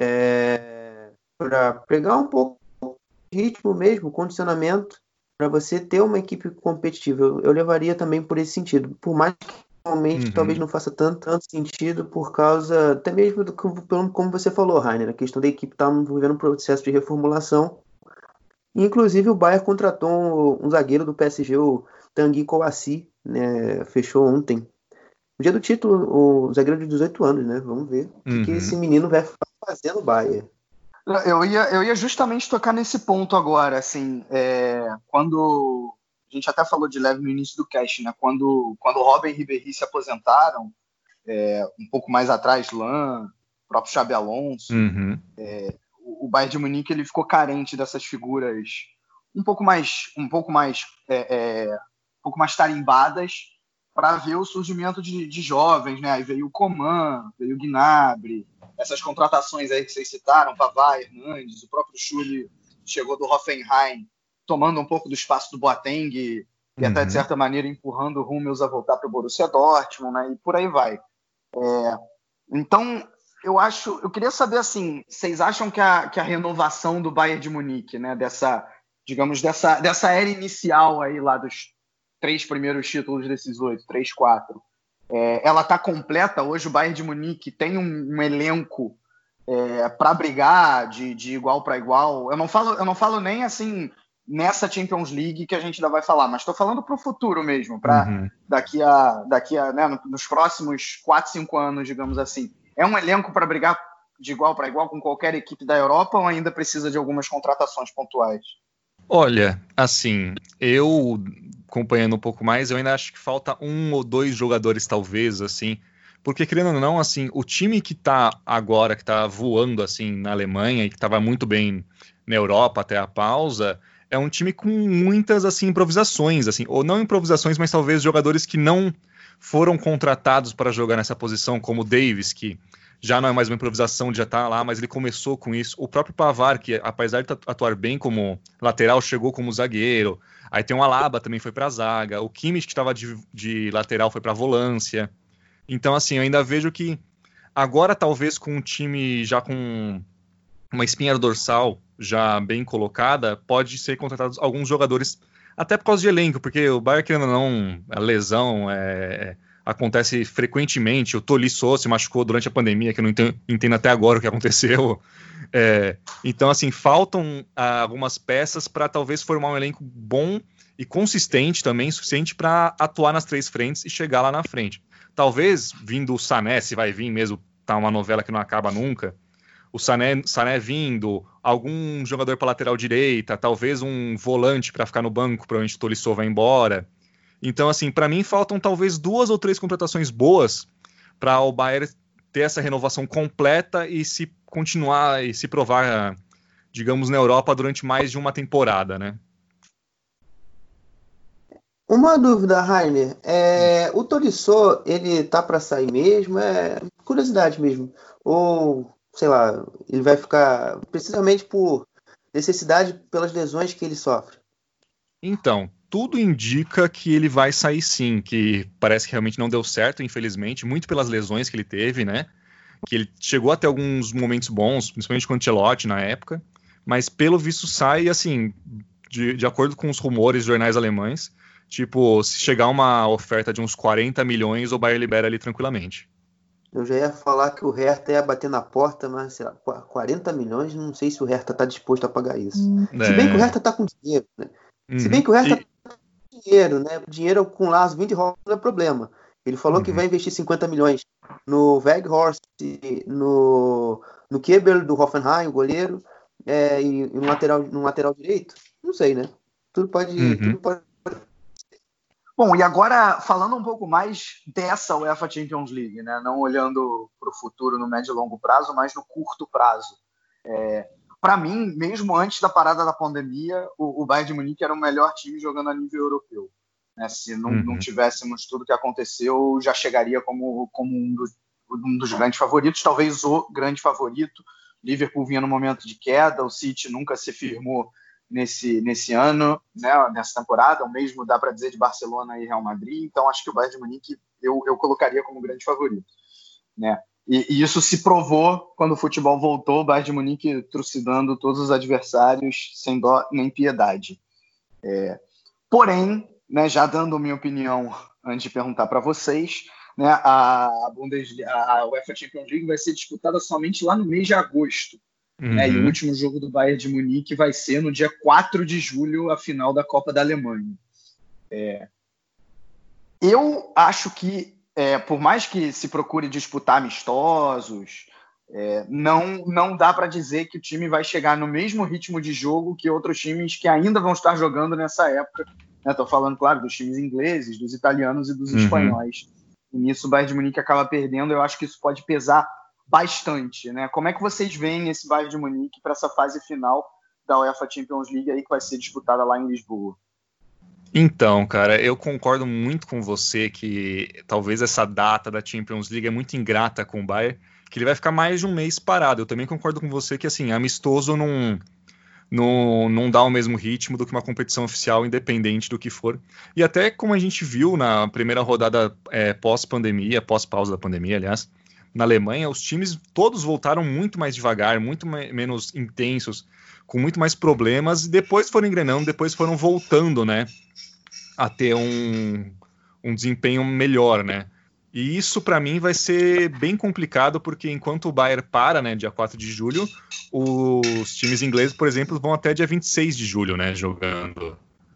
S3: é, para pegar um pouco ritmo mesmo, condicionamento, para você ter uma equipe competitiva. Eu, eu levaria também por esse sentido. Por mais que realmente uhum. talvez não faça tanto, tanto sentido, por causa, até mesmo do como você falou, Rainer, a questão da equipe estar tá vivendo um processo de reformulação. Inclusive o Bayern contratou um, um zagueiro do P S G, o Tanguy Kouassi, né, fechou ontem. No dia do título, o zagueiro de dezoito anos, né? Vamos ver o uhum. que esse menino vai fazer no Bayern.
S2: Eu ia, eu ia justamente tocar nesse ponto agora, assim, é, quando a gente até falou de leve no início do cast, né? Quando, quando o Robben e Ribéry se aposentaram, é, um pouco mais atrás, Lan, o próprio Xabi Alonso,
S4: uhum.
S2: é, o, o Bayern de Munique ele ficou carente dessas figuras um pouco mais, um pouco mais, é, é, um pouco mais tarimbadas para ver o surgimento de, de jovens, né? Aí veio o Coman, veio o Gnabry, essas contratações aí que vocês citaram, Pavard, Hernandes, o próprio Schürrle chegou do Hoffenheim, tomando um pouco do espaço do Boateng e uhum. até, de certa maneira, empurrando o Hummels a voltar para o Borussia Dortmund, né? E por aí vai. É, então, eu acho, eu queria saber, assim, vocês acham que a, que a renovação do Bayern de Munique, né, dessa, digamos, dessa, dessa era inicial aí lá dos três primeiros títulos desses oito, três, quatro, É, ela está completa? Hoje o Bayern de Munique tem um, um elenco é, para brigar de, de igual para igual. Eu não falo, eu não falo nem assim nessa Champions League que a gente ainda vai falar, mas estou falando para o futuro mesmo, para
S4: uhum.
S2: daqui a, daqui a né, nos próximos quatro, cinco anos, digamos assim. É um elenco para brigar de igual para igual com qualquer equipe da Europa ou ainda precisa de algumas contratações pontuais?
S4: Olha, assim, eu acompanhando um pouco mais, eu ainda acho que falta um ou dois jogadores, talvez, assim, porque, querendo ou não, assim, o time que tá agora, que tá voando, assim, na Alemanha e que tava muito bem na Europa até a pausa, é um time com muitas, assim, improvisações, assim, ou não improvisações, mas talvez jogadores que não foram contratados para jogar nessa posição, como o Davis, que já não é mais uma improvisação de já estar lá, mas ele começou com isso. O próprio Pavard, que apesar de atuar bem como lateral, chegou como zagueiro. Aí tem o Alaba, também foi para a zaga. O Kimmich, que estava de, de lateral, foi para a volância. Então, assim, eu ainda vejo que agora, talvez com um time já com uma espinha dorsal já bem colocada, pode ser contratados alguns jogadores, até por causa de elenco, porque o Bayern, querendo ou não, a lesão é... acontece frequentemente. O Tolisso se machucou durante a pandemia, que eu não entendo, entendo até agora o que aconteceu. É, então, assim, faltam ah, algumas peças para talvez formar um elenco bom e consistente também, suficiente para atuar nas três frentes e chegar lá na frente. Talvez, vindo o Sané, se vai vir mesmo, tá uma novela que não acaba nunca, o Sané, Sané vindo, algum jogador para lateral direita, talvez um volante para ficar no banco, provavelmente o Tolisso vai embora. Então, assim, para mim faltam talvez duas ou três contratações boas para o Bayern ter essa renovação completa e se continuar e se provar, digamos, na Europa durante mais de uma temporada, né?
S3: Uma dúvida, Rainer. É, o Tolisso, ele tá para sair mesmo? É curiosidade mesmo. Ou, sei lá, ele vai ficar precisamente por necessidade pelas lesões que ele sofre?
S4: Então, tudo indica que ele vai sair sim, que parece que realmente não deu certo, infelizmente, muito pelas lesões que ele teve, né? Que ele chegou a ter alguns momentos bons, principalmente com o Ancelotti na época, mas pelo visto sai, assim, de, de acordo com os rumores de jornais alemães, tipo, se chegar uma oferta de uns quarenta milhões, o Bayern libera ali tranquilamente.
S3: Eu já ia falar que o Hertha ia bater na porta, mas sei lá, quarenta milhões, não sei se o Hertha tá disposto a pagar isso. É. Se bem que o Hertha tá com dinheiro, né? Uhum. Se bem que o Hertha e... tá com dinheiro, né? Dinheiro com o Lars Windhorst não é problema. Ele falou uhum. que vai investir cinquenta milhões no Weghorst, no, no Kebel do Hoffenheim, o goleiro, é, e, e no, lateral, no lateral direito. Não sei, né? Tudo pode... Uhum. Tudo pode...
S2: Bom, e agora falando um pouco mais dessa UEFA Champions League, né? Não olhando para o futuro no médio e longo prazo, mas no curto prazo. É, para mim, mesmo antes da parada da pandemia, o, o Bayern de Munique era o melhor time jogando a nível europeu. Né? Se não, uhum. não tivéssemos tudo que aconteceu, já chegaria como, como um, dos, um dos grandes favoritos, talvez o grande favorito. Liverpool vinha no momento de queda, o City nunca se firmou Nesse, nesse ano, né, nessa temporada, o mesmo dá para dizer de Barcelona e Real Madrid, então acho que o Bayern de Munique eu, eu colocaria como grande favorito. Né? E, e isso se provou quando o futebol voltou, o Bayern de Munique trucidando todos os adversários sem dó nem piedade. É, porém, né, já dando minha opinião antes de perguntar para vocês, né, a, Bundesliga, a UEFA Champions League vai ser disputada somente lá no mês de agosto. Uhum. Né, e o último jogo do Bayern de Munique vai ser no dia quatro de julho, a final da Copa da Alemanha. É, eu acho que, é, por mais que se procure disputar amistosos, é, não, não dá para dizer que o time vai chegar no mesmo ritmo de jogo que outros times que ainda vão estar jogando nessa época. Estou né, falando, claro, dos times ingleses, dos italianos e dos uhum. espanhóis. E nisso o Bayern de Munique acaba perdendo. Eu acho que isso pode pesar bastante, né? Como é que vocês veem esse Bayern de Munique para essa fase final da UEFA Champions League aí que vai ser disputada lá em Lisboa?
S4: Então, cara, eu concordo muito com você que talvez essa data da Champions League é muito ingrata com o Bayern, que ele vai ficar mais de um mês parado. Eu também concordo com você que, assim, amistoso não, não, não dá o mesmo ritmo do que uma competição oficial, independente do que for. E até como a gente viu na primeira rodada é, pós-pandemia, pós-pausa da pandemia, aliás, na Alemanha, os times todos voltaram muito mais devagar, muito mais, menos intensos, com muito mais problemas, e depois foram engrenando, depois foram voltando, né, a ter um, um desempenho melhor, né. E isso, para mim, vai ser bem complicado, porque enquanto o Bayern para, né, dia quatro de julho, os times ingleses, por exemplo, vão até dia vinte e seis de julho, né, jogando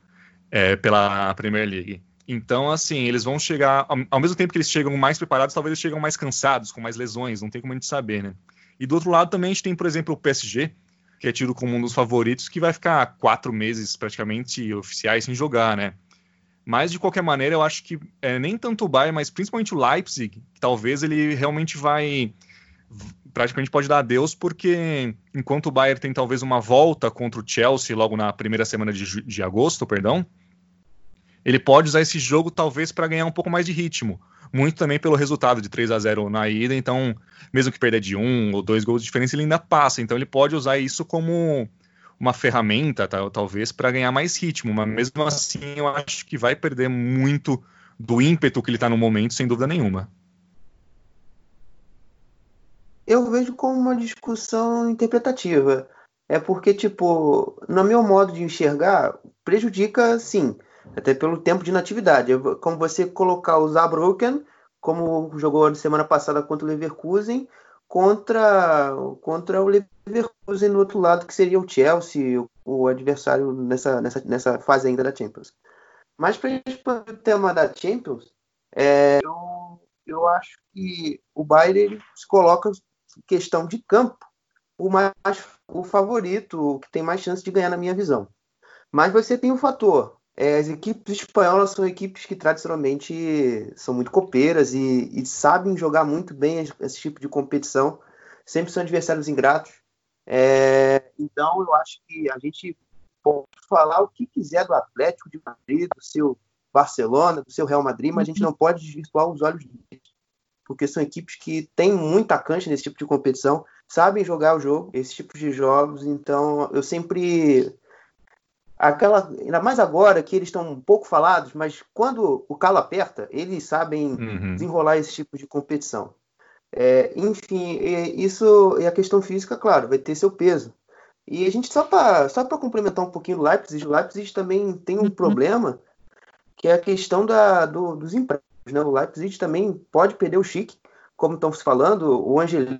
S4: é, pela Premier League. Então, assim, eles vão chegar... Ao, ao mesmo tempo que eles chegam mais preparados, talvez eles chegam mais cansados, com mais lesões, não tem como a gente saber, né? E do outro lado também a gente tem, por exemplo, o P S G, que é tido como um dos favoritos, que vai ficar quatro meses praticamente oficiais sem jogar, né? Mas, de qualquer maneira, eu acho que é, nem tanto o Bayern, mas principalmente o Leipzig, que talvez ele realmente vai... praticamente pode dar adeus, porque enquanto o Bayern tem talvez uma volta contra o Chelsea logo na primeira semana de, de agosto, perdão, ele pode usar esse jogo talvez para ganhar um pouco mais de ritmo. Muito também pelo resultado de três a zero na ida, então mesmo que perder de um ou dois gols de diferença, ele ainda passa. Então ele pode usar isso como uma ferramenta, tá, talvez, para ganhar mais ritmo. Mas mesmo assim eu acho que vai perder muito do ímpeto que ele está no momento, sem dúvida nenhuma.
S3: Eu vejo como uma discussão interpretativa. É porque, tipo, no meu modo de enxergar, prejudica, sim, até pelo tempo de inatividade. Como você colocar o Saarbrücken, como jogou na semana passada contra o Leverkusen, contra, contra o Leverkusen no outro lado, que seria o Chelsea, o, o adversário nessa, nessa, nessa fase ainda da Champions. Mas para o tema da Champions, é, eu, eu acho que o Bayern ele se coloca em questão de campo o, mais, o favorito, o que tem mais chance de ganhar na minha visão. Mas você tem um fator. É, as equipes espanholas são equipes que tradicionalmente são muito copeiras e, e sabem jogar muito bem esse, esse tipo de competição. Sempre são adversários ingratos. É, então, eu acho que a gente pode falar o que quiser do Atlético de Madrid, do seu Barcelona, do seu Real Madrid, mas a gente não pode desvirtuar os olhos deles, porque são equipes que têm muita cancha nesse tipo de competição, sabem jogar o jogo, esses tipos de jogos, então eu sempre... Aquela, ainda mais agora que eles estão um pouco falados, mas quando o calo aperta, eles sabem uhum. desenrolar esse tipo de competição. É, enfim, isso e a questão física, claro, vai ter seu peso. E a gente, só para só para complementar um pouquinho o Leipzig, o Leipzig também tem um uhum. problema, que é a questão da, do, dos empréstimos. Né? O Leipzig também pode perder o Schick, como estão se falando, o Angelino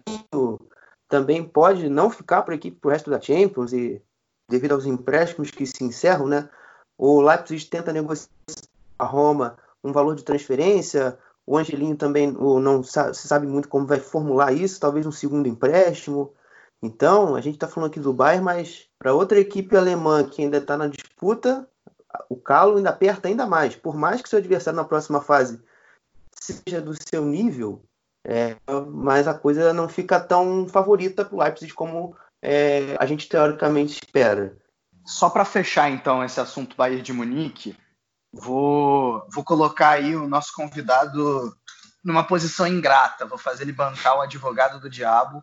S3: também pode não ficar para a equipe para o resto da Champions, e devido aos empréstimos que se encerram, né? O Leipzig tenta negociar a Roma um valor de transferência, o Angelino também o, não sabe, se sabe muito como vai formular isso, talvez um segundo empréstimo. Então, a gente está falando aqui do Bayern, mas para outra equipe alemã que ainda está na disputa, o calo ainda aperta ainda mais. Por mais que seu adversário na próxima fase seja do seu nível, é, mas a coisa não fica tão favorita para o Leipzig como é, a gente teoricamente espera.
S2: Só para fechar então esse assunto Bayern de Munique, vou, vou colocar aí o nosso convidado numa posição ingrata, vou fazer ele bancar o advogado do diabo,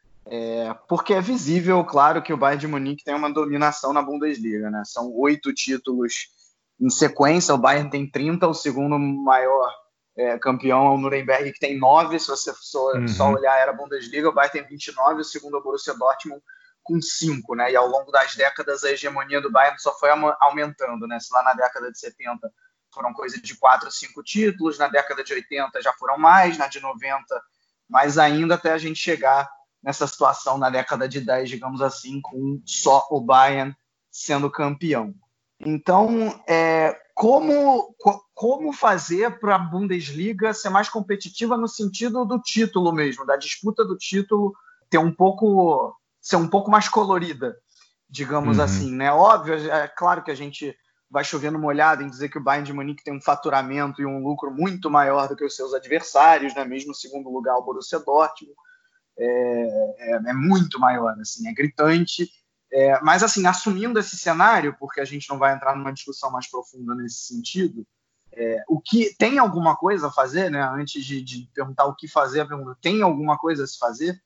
S2: é, porque é visível, claro, que o Bayern de Munique tem uma dominação na Bundesliga, né? São oito títulos em sequência, o Bayern tem trinta, o segundo maior é, campeão é o Nuremberg, que tem nove, se você só, uhum. só olhar era a Bundesliga, o Bayern tem vinte e nove, o segundo é o Borussia Dortmund com cinco, né? E ao longo das décadas a hegemonia do Bayern só foi aumentando, né? Se lá na década de setenta foram coisa de quatro, cinco títulos, na década de oitenta já foram mais, na de noventa mais ainda, até a gente chegar nessa situação na década de dez, digamos assim, com só o Bayern sendo campeão. Então, é, como, como fazer para a Bundesliga ser mais competitiva no sentido do título mesmo, da disputa do título ter um pouco, ser um pouco mais colorida, digamos uhum. assim, né? Óbvio, é claro que a gente vai chover no molhado em dizer que o Bayern de Munique tem um faturamento e um lucro muito maior do que os seus adversários, né? Mesmo no segundo lugar o Borussia Dortmund, é, é, é muito maior, assim, é gritante. É, mas, assim, assumindo esse cenário, porque a gente não vai entrar numa discussão mais profunda nesse sentido, é, o que, tem alguma coisa a fazer, né? Antes de, de perguntar o que fazer, a pergunta, tem alguma coisa a se fazer?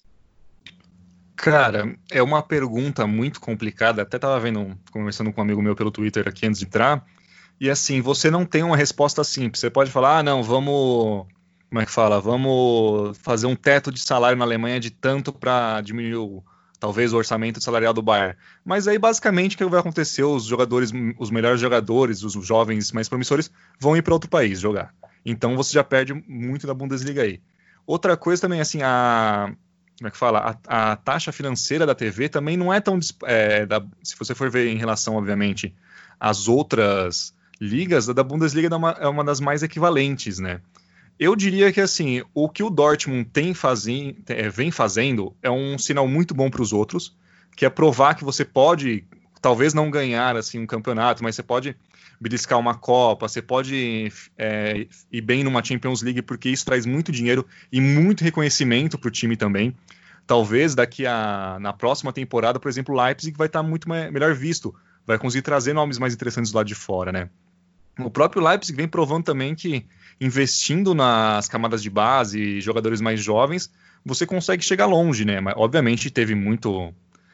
S4: Cara, é uma pergunta muito complicada. Até estava vendo, conversando com um amigo meu pelo Twitter aqui antes de entrar, e assim, você não tem uma resposta simples. Você pode falar, ah, não, vamos... Como é que fala? Vamos fazer um teto de salário na Alemanha de tanto para diminuir o, talvez o orçamento salarial do Bayern. Mas aí basicamente o que vai acontecer? Os jogadores, os melhores jogadores, os jovens mais promissores vão ir para outro país jogar. Então você já perde muito da Bundesliga aí. Outra coisa também, assim, a, como é que fala? A, a taxa financeira da T V também não é tão... É, da, se você for ver em relação, obviamente, às outras ligas, a da Bundesliga é uma, é uma das mais equivalentes, né? Eu diria que, assim, o que o Dortmund tem fazem, vem fazendo é um sinal muito bom para os outros, que é provar que você pode, talvez não ganhar, assim, um campeonato, mas você pode beliscar uma Copa, você pode é, ir bem numa Champions League, porque isso traz muito dinheiro e muito reconhecimento para o time também. Talvez daqui a, na próxima temporada, por exemplo, o Leipzig vai estar muito mais, melhor visto, vai conseguir trazer nomes mais interessantes do lado de fora, né? O próprio Leipzig vem provando também que, investindo nas camadas de base, jogadores mais jovens, você consegue chegar longe, né? Mas, obviamente, teve muito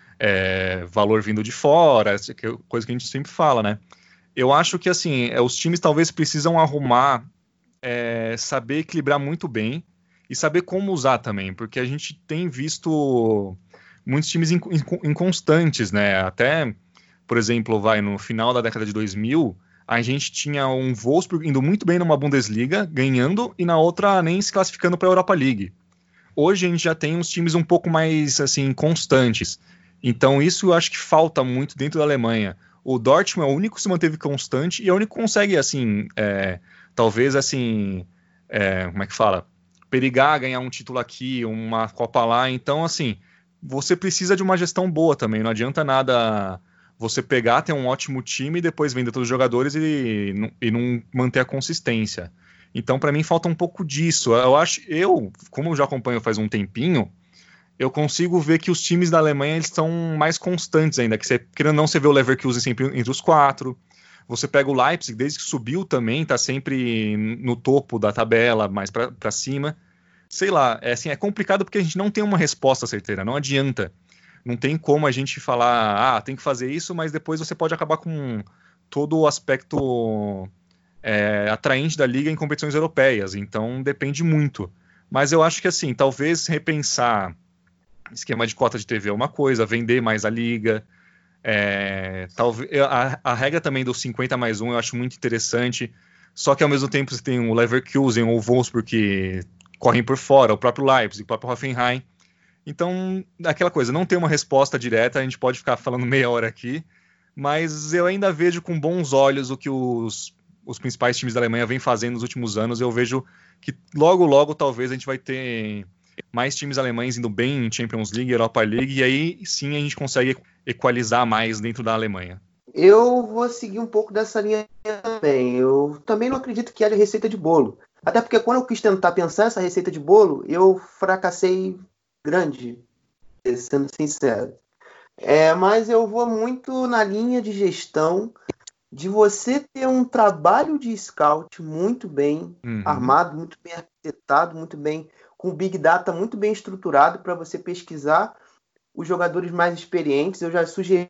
S4: é, valor vindo de fora, coisa que a gente sempre fala, né? Eu acho que, assim, os times talvez precisam arrumar, é, saber equilibrar muito bem e saber como usar também, porque a gente tem visto muitos times inconstantes, né? Até, por exemplo, vai no final da década de dois mil... a gente tinha um Wolfsburg indo muito bem numa Bundesliga, ganhando, e na outra nem se classificando para a Europa League. Hoje a gente já tem uns times um pouco mais, assim, constantes. Então isso eu acho que falta muito dentro da Alemanha. O Dortmund é o único que se manteve constante e é o único que consegue, assim, é, talvez, assim, é, como é que fala? Perigar, ganhar um título aqui, uma Copa lá. Então, assim, você precisa de uma gestão boa também. Não adianta nada... você pegar, ter um ótimo time e depois vender todos os jogadores e, e não manter a consistência. Então, para mim, falta um pouco disso. Eu acho, eu, como eu já acompanho faz um tempinho, eu consigo ver que os times da Alemanha eles estão mais constantes ainda. Que você, querendo ou não, você vê o Leverkusen sempre entre os quatro, Você pega o Leipzig, desde que subiu também, está sempre no topo da tabela, mais para cima. Sei lá, é, assim, é complicado porque a gente não tem uma resposta certeira, não adianta. Não tem como a gente falar, ah, tem que fazer isso, mas depois você pode acabar com todo o aspecto é, atraente da liga em competições europeias, então depende muito. Mas eu acho que, assim, talvez repensar esquema de cota de T V é uma coisa, vender mais a liga, é, talvez, a, a regra também dos cinquenta mais um eu acho muito interessante, só que ao mesmo tempo você tem o Leverkusen ou o Wolfsburg que correm por fora, o próprio Leipzig, o próprio Hoffenheim. Então, aquela coisa, não tem uma resposta direta, a gente pode ficar falando meia hora aqui, mas eu ainda vejo com bons olhos o que os, os principais times da Alemanha vêm fazendo nos últimos anos. Eu vejo que logo, logo, talvez a gente vai ter mais times alemães indo bem em Champions League, Europa League, e aí sim a gente consegue equalizar mais dentro da Alemanha.
S3: Eu vou seguir um pouco dessa linha também. Eu também não acredito que haja receita de bolo. Até porque quando eu quis tentar pensar essa receita de bolo, eu fracassei grande, sendo sincero. É, mas eu vou muito na linha de gestão, de você ter um trabalho de scout muito bem
S4: Uhum.
S3: armado, muito bem arquitetado, muito bem, com Big Data muito bem estruturado para você pesquisar os jogadores mais experientes. Eu já sugeri,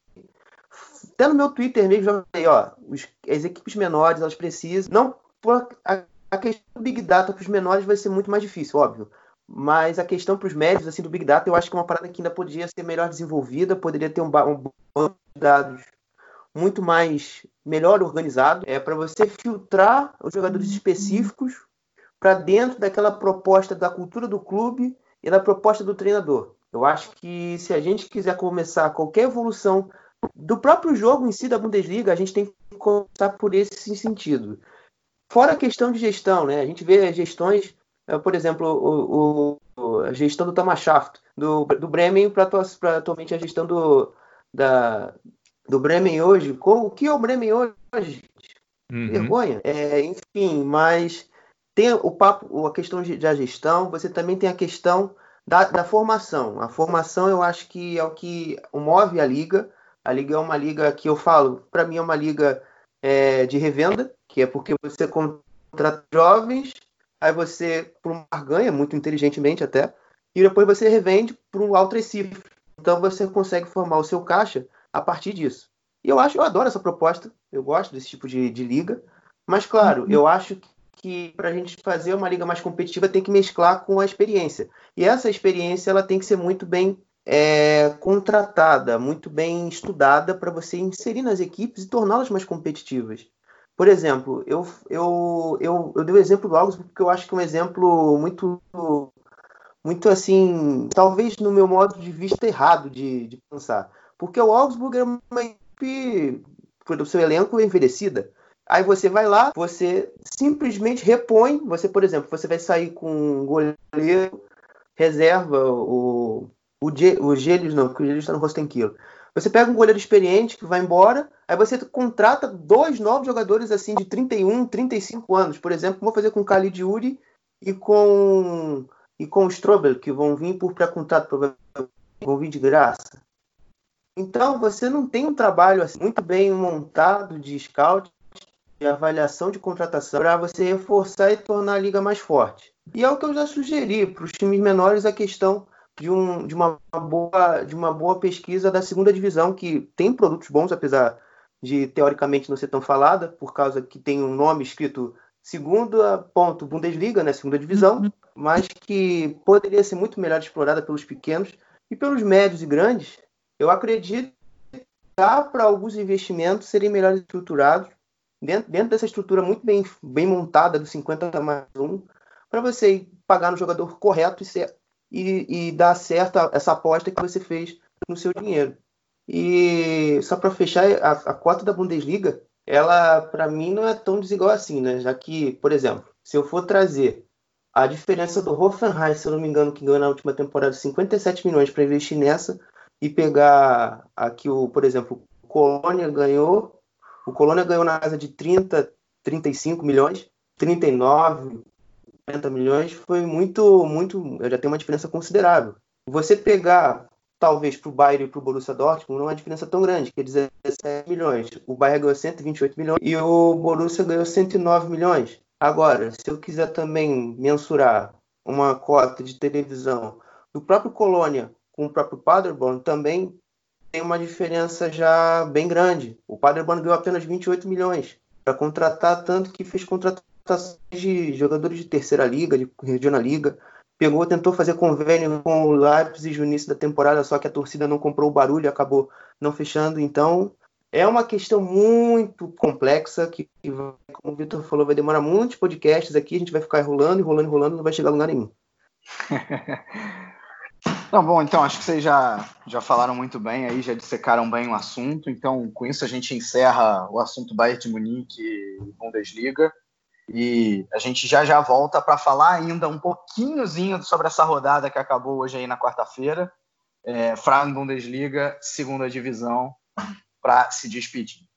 S3: até no meu Twitter mesmo, já falei, ó, os, as equipes menores, elas precisam, não por a, a questão do Big Data para os menores vai ser muito mais difícil, óbvio. Mas a questão para os médios, assim, do Big Data, eu acho que é uma parada que ainda poderia ser melhor desenvolvida, poderia ter um, ba- um banco de dados muito mais, melhor organizado, é para você filtrar os jogadores específicos para dentro daquela proposta da cultura do clube e da proposta do treinador. Eu acho que se a gente quiser começar qualquer evolução do próprio jogo em si da Bundesliga, a gente tem que começar por esse sentido. Fora a questão de gestão, né? A gente vê gestões, por exemplo, o, o, a gestão do Thomas Schaft, do, do Bremen, para atualmente a gestão do, da, do Bremen hoje. O que é o Bremen hoje, gente?
S4: Uhum.
S3: Vergonha. É, enfim, mas tem o papo, a questão de, da gestão, você também tem a questão da, da formação. A formação eu acho que é o que move a liga. A liga é uma liga que eu falo, para mim é uma liga é, de revenda, que é porque você contrata jovens, aí você, por um barganha, muito inteligentemente até, e depois você revende por um alto cifra. Então você consegue formar o seu caixa a partir disso. E eu acho, eu adoro essa proposta, eu gosto desse tipo de, de liga, mas claro, uhum. eu acho que, que para a gente fazer uma liga mais competitiva tem que mesclar com a experiência. E essa experiência ela tem que ser muito bem é, contratada, muito bem estudada para você inserir nas equipes e torná-las mais competitivas. Por exemplo, eu, eu, eu, eu dei o exemplo do Augsburg porque eu acho que é um exemplo muito, muito assim, talvez no meu modo de vista errado de, de pensar. Porque o Augsburg é uma equipe, do seu elenco, envelhecida. Aí você vai lá, você simplesmente repõe, você, por exemplo, você vai sair com um goleiro, reserva o, o, o Gelius, não, porque o Gelius está no Rostenkiel. Você pega um goleiro experiente que vai embora, aí você contrata dois novos jogadores assim de trinta e um, trinta e cinco anos. Por exemplo, vou fazer com o Khalid Uri e com, e com o Strobel, que vão vir por pré-contrato, provavelmente vão vir de graça. Então, você não tem um trabalho assim, muito bem montado de scout, de avaliação de contratação, para você reforçar e tornar a liga mais forte. E é o que eu já sugeri para os times menores, a questão de, um, de, uma boa, de uma boa pesquisa da segunda divisão, que tem produtos bons, apesar de, teoricamente, não ser tão falada, por causa que tem um nome escrito segunda ponto Bundesliga, né, segunda divisão, uhum. mas que poderia ser muito melhor explorada pelos pequenos e pelos médios e grandes. Eu acredito que dá para alguns investimentos serem melhor estruturados, dentro, dentro dessa estrutura muito bem, bem montada do cinquenta mais um, para você pagar no jogador correto e, ser, e, e dar certo a, essa aposta que você fez no seu dinheiro. E só para fechar, a, a cota da Bundesliga, ela para mim não é tão desigual assim, né? Já que, por exemplo, se eu for trazer a diferença do Hoffenheim, se eu não me engano, que ganhou na última temporada cinquenta e sete milhões para investir nessa, e pegar aqui, o, por exemplo, o Colônia ganhou, o Colônia ganhou na casa de trinta, trinta e cinco milhões, trinta e nove, quarenta milhões, foi muito, muito, já tem uma diferença considerável. Você pegar talvez para o Bayern e para o Borussia Dortmund, não é uma diferença tão grande, que é dezessete milhões. O Bayern ganhou cento e vinte e oito milhões e o Borussia ganhou cento e nove milhões. Agora, se eu quiser também mensurar uma cota de televisão do próprio Colônia com o próprio Paderborn, também tem uma diferença já bem grande. O Paderborn ganhou apenas vinte e oito milhões para contratar, tanto que fez contratações de jogadores de terceira liga, de regional liga. Pegou, tentou fazer convênio com o Leipzig no início da temporada, só que a torcida não comprou o barulho e acabou não fechando. Então, é uma questão muito complexa que, como o Vitor falou, vai demorar muitos podcasts aqui, a gente vai ficar enrolando, enrolando, enrolando, não vai chegar a lugar nenhum.
S2: Não, bom, então acho que vocês já, já falaram muito bem aí, já dissecaram bem o assunto. Então, com isso a gente encerra o assunto Bayern de Munique e Bundesliga. E a gente já já volta para falar ainda um pouquinhozinho sobre essa rodada que acabou hoje aí na quarta-feira. É, Frauen Bundesliga, segunda divisão, para se despedir.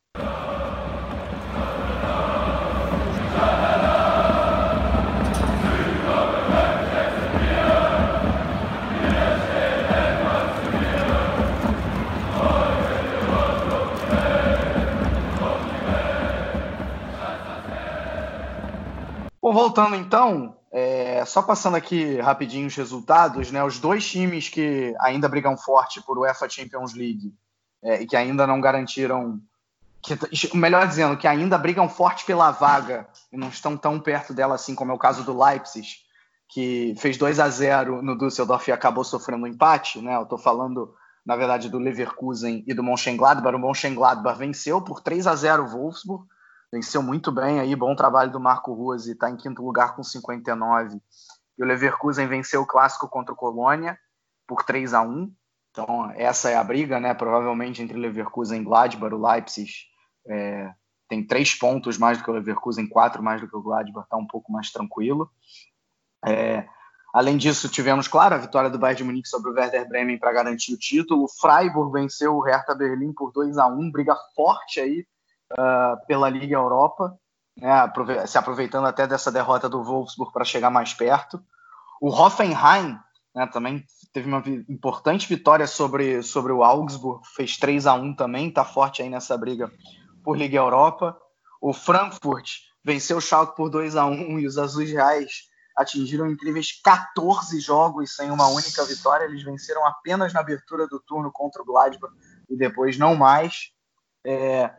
S2: Bom, voltando então, é, só passando aqui rapidinho os resultados, né? Os dois times que ainda brigam forte por UEFA Champions League é, e que ainda não garantiram, que, melhor dizendo, que ainda brigam forte pela vaga e não estão tão perto dela assim como é o caso do Leipzig, que fez dois a zero no Düsseldorf e acabou sofrendo um empate, né? Eu estou falando, na verdade, do Leverkusen e do Mönchengladbach. O Mönchengladbach venceu por três a zero o Wolfsburg. Venceu muito bem aí, bom trabalho do Marco Rose, está em quinto lugar com cinquenta e nove. E o Leverkusen venceu o clássico contra o Colônia por três a um. Então essa é a briga, né? Provavelmente entre Leverkusen e Gladbach. O Leipzig é, tem três pontos mais do que o Leverkusen, quatro mais do que o Gladbach, está um pouco mais tranquilo. É, além disso, tivemos, claro, a vitória do Bayern de Munique sobre o Werder Bremen para garantir o título. O Freiburg venceu o Hertha Berlim por dois a um, briga forte aí Uh, pela Liga Europa, né, aprove- se aproveitando até dessa derrota do Wolfsburg para chegar mais perto. O Hoffenheim, né, também teve uma vi- importante vitória sobre, sobre o Augsburg, fez três a um também, está forte aí nessa briga por Liga Europa. O Frankfurt venceu o Schalke por dois a um e os Azuis Reais atingiram incríveis catorze jogos sem uma única vitória. Eles venceram apenas na abertura do turno contra o Gladbach e depois não mais. É...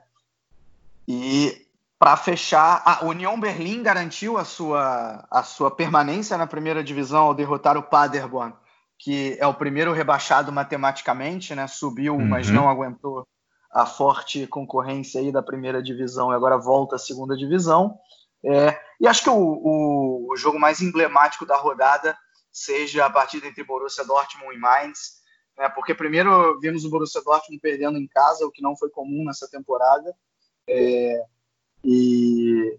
S2: E para fechar, a Union Berlim garantiu a sua, a sua permanência na primeira divisão ao derrotar o Paderborn, que é o primeiro rebaixado matematicamente, né? Subiu, uhum. mas não aguentou a forte concorrência aí da primeira divisão e agora volta à segunda divisão. É, e acho que o, o, o jogo mais emblemático da rodada seja a partida entre Borussia Dortmund e Mainz, né? Porque primeiro vimos o Borussia Dortmund perdendo em casa, o que não foi comum nessa temporada. É, e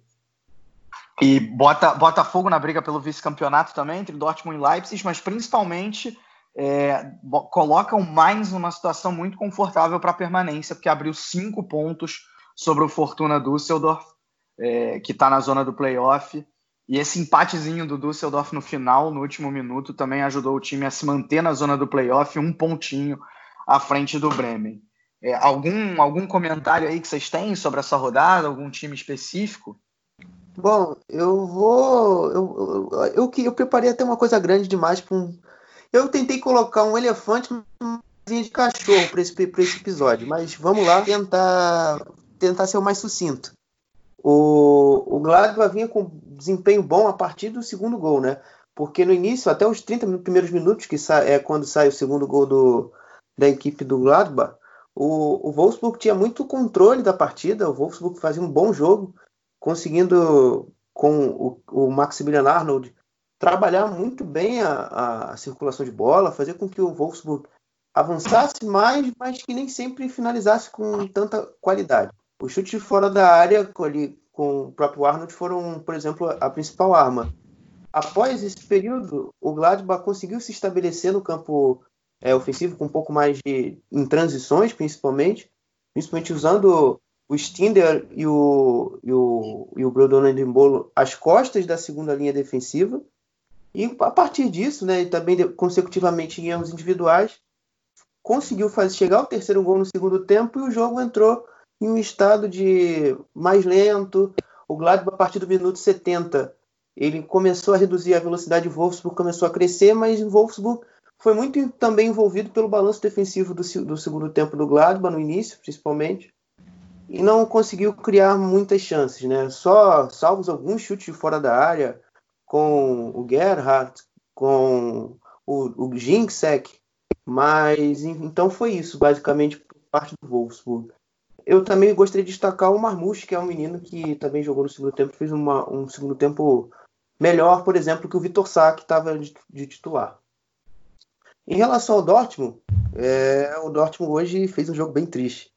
S2: e bota, bota fogo na briga pelo vice-campeonato também entre Dortmund e Leipzig, mas principalmente é, bo- coloca o Mainz numa situação muito confortável para a permanência, porque abriu cinco pontos sobre o Fortuna Düsseldorf, é, que está na zona do playoff, e esse empatezinho do Düsseldorf no final, no último minuto, também ajudou o time a se manter na zona do playoff, um pontinho à frente do Bremen. É, algum, algum comentário aí que vocês têm sobre essa rodada? Algum time específico?
S3: Bom, eu vou... Eu, eu, eu, eu preparei até uma coisa grande demais para um... Eu tentei colocar um elefante numa casinha de cachorro para esse, para esse episódio, mas vamos lá tentar, tentar ser o mais sucinto. O, o Gladbach vinha com desempenho bom a partir do segundo gol, né? Porque no início, até os trinta primeiros minutos, que sa- é quando sai o segundo gol do, da equipe do Gladbach, O, o Wolfsburg tinha muito controle da partida. O Wolfsburg fazia um bom jogo, conseguindo, com o, o Maximilian Arnold, trabalhar muito bem a, a circulação de bola, fazer com que o Wolfsburg avançasse mais, mas que nem sempre finalizasse com tanta qualidade. Os chutes de fora da área ali, com o próprio Arnold foram, por exemplo, a principal arma. Após esse período, o Gladbach conseguiu se estabelecer no campo É, ofensivo, com um pouco mais de em transições, principalmente, principalmente usando o Stinder e o, e o, e o Brodon Ndembolo às costas da segunda linha defensiva, e a partir disso, né, e também consecutivamente em erros individuais, conseguiu fazer, chegar ao terceiro gol no segundo tempo e o jogo entrou em um estado de mais lento. O Gladbach, a partir do minuto setenta, ele começou a reduzir a velocidade, o Wolfsburg começou a crescer, mas o Wolfsburg foi muito também envolvido pelo balanço defensivo do, do segundo tempo do Gladbach, no início, principalmente, e não conseguiu criar muitas chances, né? Só, salvos alguns chutes de fora da área, com o Gerhardt, com o, o Ginczek, mas então foi isso, basicamente, por parte do Wolfsburg. Eu também gostaria de destacar o Marmouche, que é um menino que também jogou no segundo tempo, fez uma, um segundo tempo melhor, por exemplo, que o Vitor Sá, que estava de, de titular. Em relação ao Dortmund, é, o Dortmund hoje fez um jogo bem triste.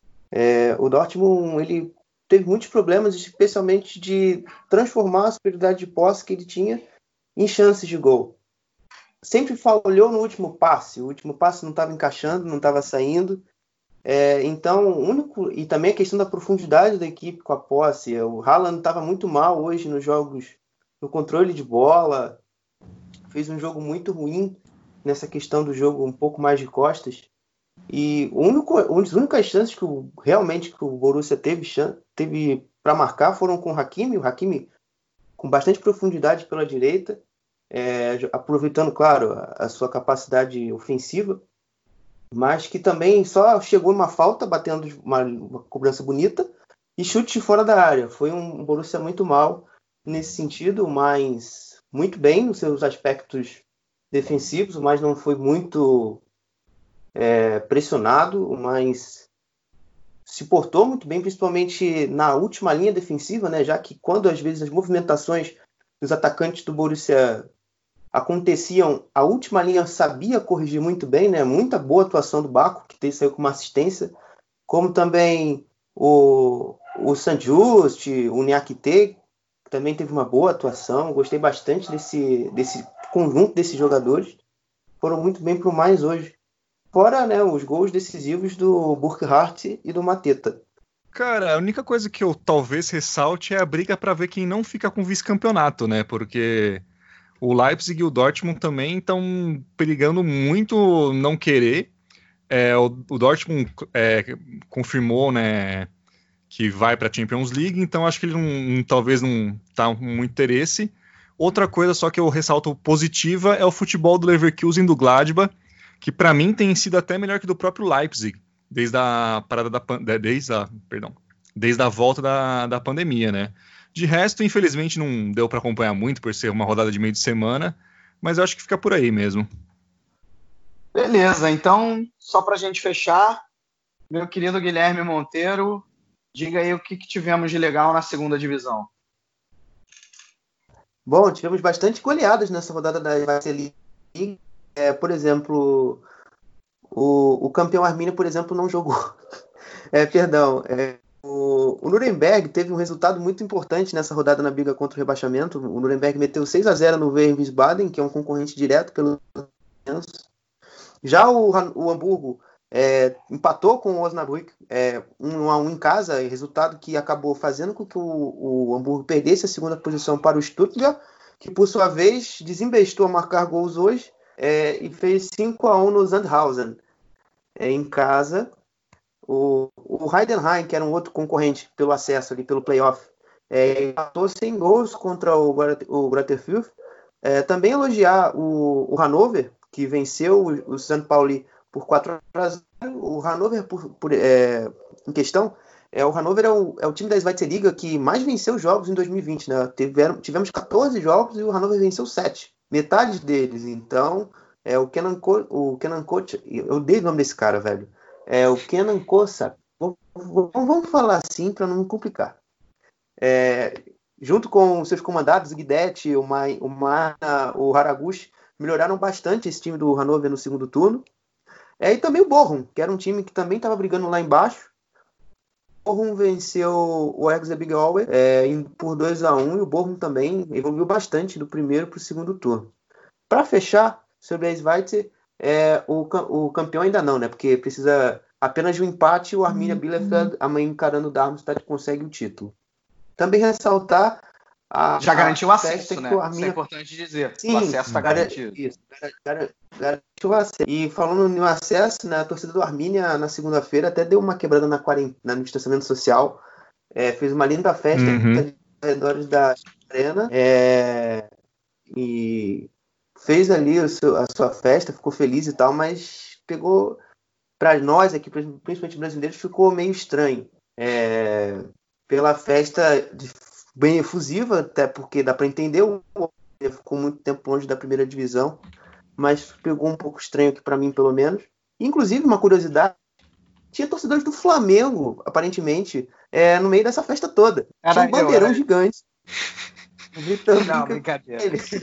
S3: É, o Dortmund ele teve muitos problemas, especialmente de transformar a superioridade de posse que ele tinha em chances de gol. Sempre falhou no último passe, o último passe não estava encaixando, não estava saindo. É, então, o único, e também a questão da profundidade da equipe com a posse. O Haaland estava muito mal hoje nos jogos, no controle de bola, fez um jogo muito ruim nessa questão do jogo um pouco mais de costas. E o único, as únicas chances que o, realmente que o Borussia teve, teve para marcar foram com o Hakimi, o Hakimi com bastante profundidade pela direita, é, aproveitando, claro, a, a sua capacidade ofensiva, mas que também só chegou uma falta, batendo uma, uma cobrança bonita, e chute fora da área. Foi um Borussia muito mal nesse sentido, mas muito bem nos seus aspectos defensivos, mas não foi muito é, pressionado, mas se portou muito bem, principalmente na última linha defensiva, né, já que quando às vezes as movimentações dos atacantes do Borussia aconteciam, a última linha sabia corrigir muito bem, né? Muita boa atuação do Baco, que saiu com uma assistência, como também o, o Saint-Just, o Niakité, que também teve uma boa atuação. Gostei bastante desse, desse conjunto desses jogadores. Foram muito bem para o mais hoje. Fora, né, os gols decisivos do Burkhardt e do Mateta.
S4: Cara, a única coisa que eu talvez ressalte é a briga para ver quem não fica com vice-campeonato, né? Porque o Leipzig e o Dortmund também estão perigando muito não querer. É, o, o Dortmund é, confirmou, né, que vai para a Champions League, então acho que ele não, talvez não está com muito interesse. Outra coisa só que eu ressalto positiva é o futebol do Leverkusen do Gladbach, que para mim tem sido até melhor que do próprio Leipzig, desde a parada da desde a, perdão, desde a volta da, da pandemia, né? De resto, infelizmente, não deu para acompanhar muito por ser uma rodada de meio de semana, mas eu acho que fica por aí mesmo.
S2: Beleza, então, só para a gente fechar, meu querido Guilherme Monteiro, diga aí o que, que tivemos de legal na segunda divisão.
S3: Bom, tivemos bastante goleadas nessa rodada da League. É, por exemplo, o, o campeão Arminia, por exemplo, não jogou. É, perdão, é, o, o Nuremberg teve um resultado muito importante nessa rodada na briga contra o rebaixamento. O Nuremberg meteu seis a zero no V R Wiesbaden, que é um concorrente direto pelo Já o, o Hamburgo é, empatou com o Osnabrück é, um a um em casa, resultado que acabou fazendo com que o, o Hamburgo perdesse a segunda posição para o Stuttgart, que por sua vez desembestou a marcar gols hoje é, e fez cinco a um no Sandhausen é, em casa. O, o Heidenheim, que era um outro concorrente pelo acesso ali, pelo playoff, é, empatou sem gols contra o, o Greuther Fürth. É, também elogiar o, o Hannover, que venceu o, o São Paulo por quatro a zero. O Hannover, por, por, é, em questão, é, o Hannover é o, é o time da Zweite-Liga que mais venceu jogos em dois mil e vinte. Né? Tiveram, tivemos catorze jogos e o Hannover venceu sete. Metade deles. Então, é, o Kenan Ko, o Kenan Koch, eu odeio o nome desse cara, velho. É o Kenan Kosa. Vamos falar assim para não me complicar. É, junto com seus comandados, o Guidetti, o Mai, o, Mana, o Haraguchi, melhoraram bastante esse time do Hannover no segundo turno. É, e também o Bochum, que era um time que também estava brigando lá embaixo. O Bochum venceu o Erzgebirge é, por dois a um, e o Bochum também evoluiu bastante do primeiro para o segundo turno. Para fechar, sobre a Schweiz, é, o, o campeão ainda não, né? Porque precisa apenas de um empate e o Arminia Bielefeld, amanhã encarando o Darmstadt, consegue o título. Também ressaltar
S2: a, Já garantiu o acesso, né?
S3: Arminia...
S2: Isso é importante dizer.
S3: Sim,
S2: o acesso está garantido. Isso,
S3: garantiu o acesso. E falando no acesso, né, a torcida do Arminia, na segunda-feira, até deu uma quebrada na quarentena, no distanciamento social. É, fez uma linda festa
S4: uhum.
S3: nos arredores da arena. É, e fez ali o seu, a sua festa, ficou feliz e tal, mas pegou, para nós aqui, principalmente brasileiros, ficou meio estranho. É, pela festa de, bem efusiva, até porque dá para entender, o ficou muito tempo longe da primeira divisão, mas pegou um pouco estranho aqui para mim, pelo menos. Inclusive, uma curiosidade, tinha torcedores do Flamengo, aparentemente, é, no meio dessa festa toda.
S2: Era
S3: tinha um bandeirão
S2: eu,
S3: gigante. Gritando,
S2: não, brincadeira.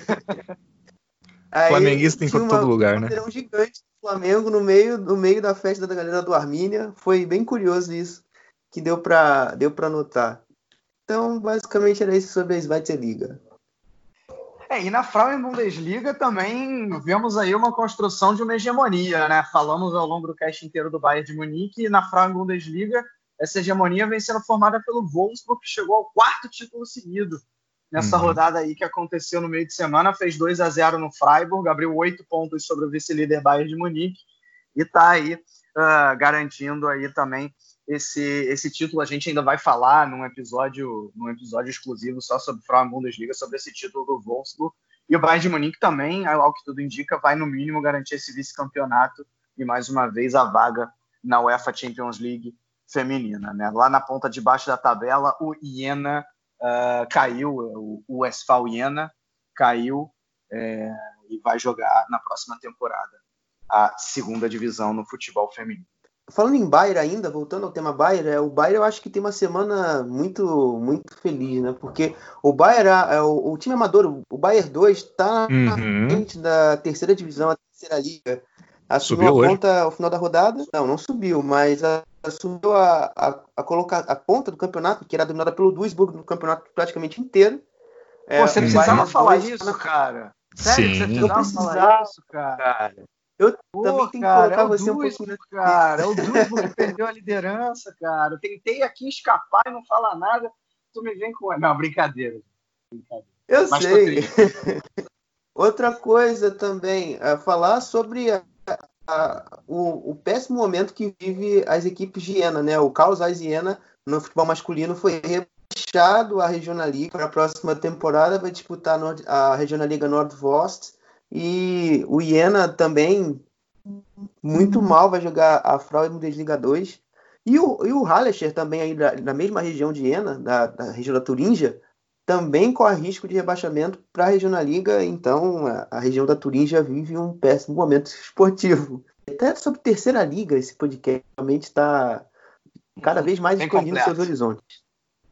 S3: Aí,
S4: flamenguista em todo lugar, né?
S3: Um bandeirão gigante do Flamengo no meio, no meio da festa da galera do Arminia. Foi bem curioso isso, que deu para deu para notar. Então, basicamente, era isso sobre a Zweite Liga.
S2: É, e na Frauen Bundesliga também vemos aí uma construção de uma hegemonia, né? Falamos ao longo do cast inteiro do Bayern de Munique, e na Frauen Bundesliga essa hegemonia vem sendo formada pelo Wolfsburg, que chegou ao quarto título seguido nessa uhum. rodada aí que aconteceu no meio de semana, fez dois a zero no Freiburg, abriu oito pontos sobre o vice-líder Bayern de Munique e está aí uh, garantindo aí também esse, esse título. A gente ainda vai falar num episódio, num episódio exclusivo só sobre Frauen Bundesliga, sobre esse título do Wolfsburg. E o Bayern de Munique também, ao que tudo indica, vai no mínimo garantir esse vice-campeonato e mais uma vez a vaga na UEFA Champions League feminina, né? Lá na ponta de baixo da tabela, o Jena uh, caiu, o, o S V Jena caiu é, e vai jogar na próxima temporada a segunda divisão no futebol feminino.
S3: Falando em Bayern ainda, voltando ao tema Bayern, é, o Bayern eu acho que tem uma semana muito, muito feliz, né? Porque o Bayern, é, o, o time amador, o Bayern dois, está
S4: uhum.
S3: na frente da terceira divisão, a terceira liga. Assumiu
S4: subiu
S3: a
S4: hoje.
S3: ponta ao final da rodada. Não, não subiu, mas assumiu a, a, a, colocar, a ponta do campeonato, que era dominada pelo Duisburg no campeonato praticamente inteiro.
S2: É, Pô, você precisava falar dois, isso,
S3: na...
S2: cara. Sério,
S4: Sim.
S2: você precisava falar isso, cara. cara.
S3: Eu
S2: Pô,
S3: também tenho
S2: cara,
S3: que colocar
S2: é
S3: você
S2: Duisburg,
S3: um pouco...
S2: cara. É o Duisburg que perdeu a liderança, cara. Eu tentei aqui escapar e não falar nada. Tu me vem com... Não, brincadeira. brincadeira.
S3: Eu Mas sei. Outra coisa também, é falar sobre a, a, o, o péssimo momento que vive as equipes de Jena, né? O Carl Zeiss Jena, no futebol masculino, foi rebaixado à Regionalliga. Para a próxima temporada vai disputar a Regionalliga Nordost. E o Jena também, muito mal, vai jogar a Frauen Bundesliga dois. E o, e o Hallescher também, aí da, na mesma região de Jena, da, da região da Turíngia, também corre risco de rebaixamento para a Regionalliga. Então, a, a região da Turíngia vive um péssimo momento esportivo. Até sobre terceira liga, esse podcast realmente está cada vez mais expandindo seus horizontes.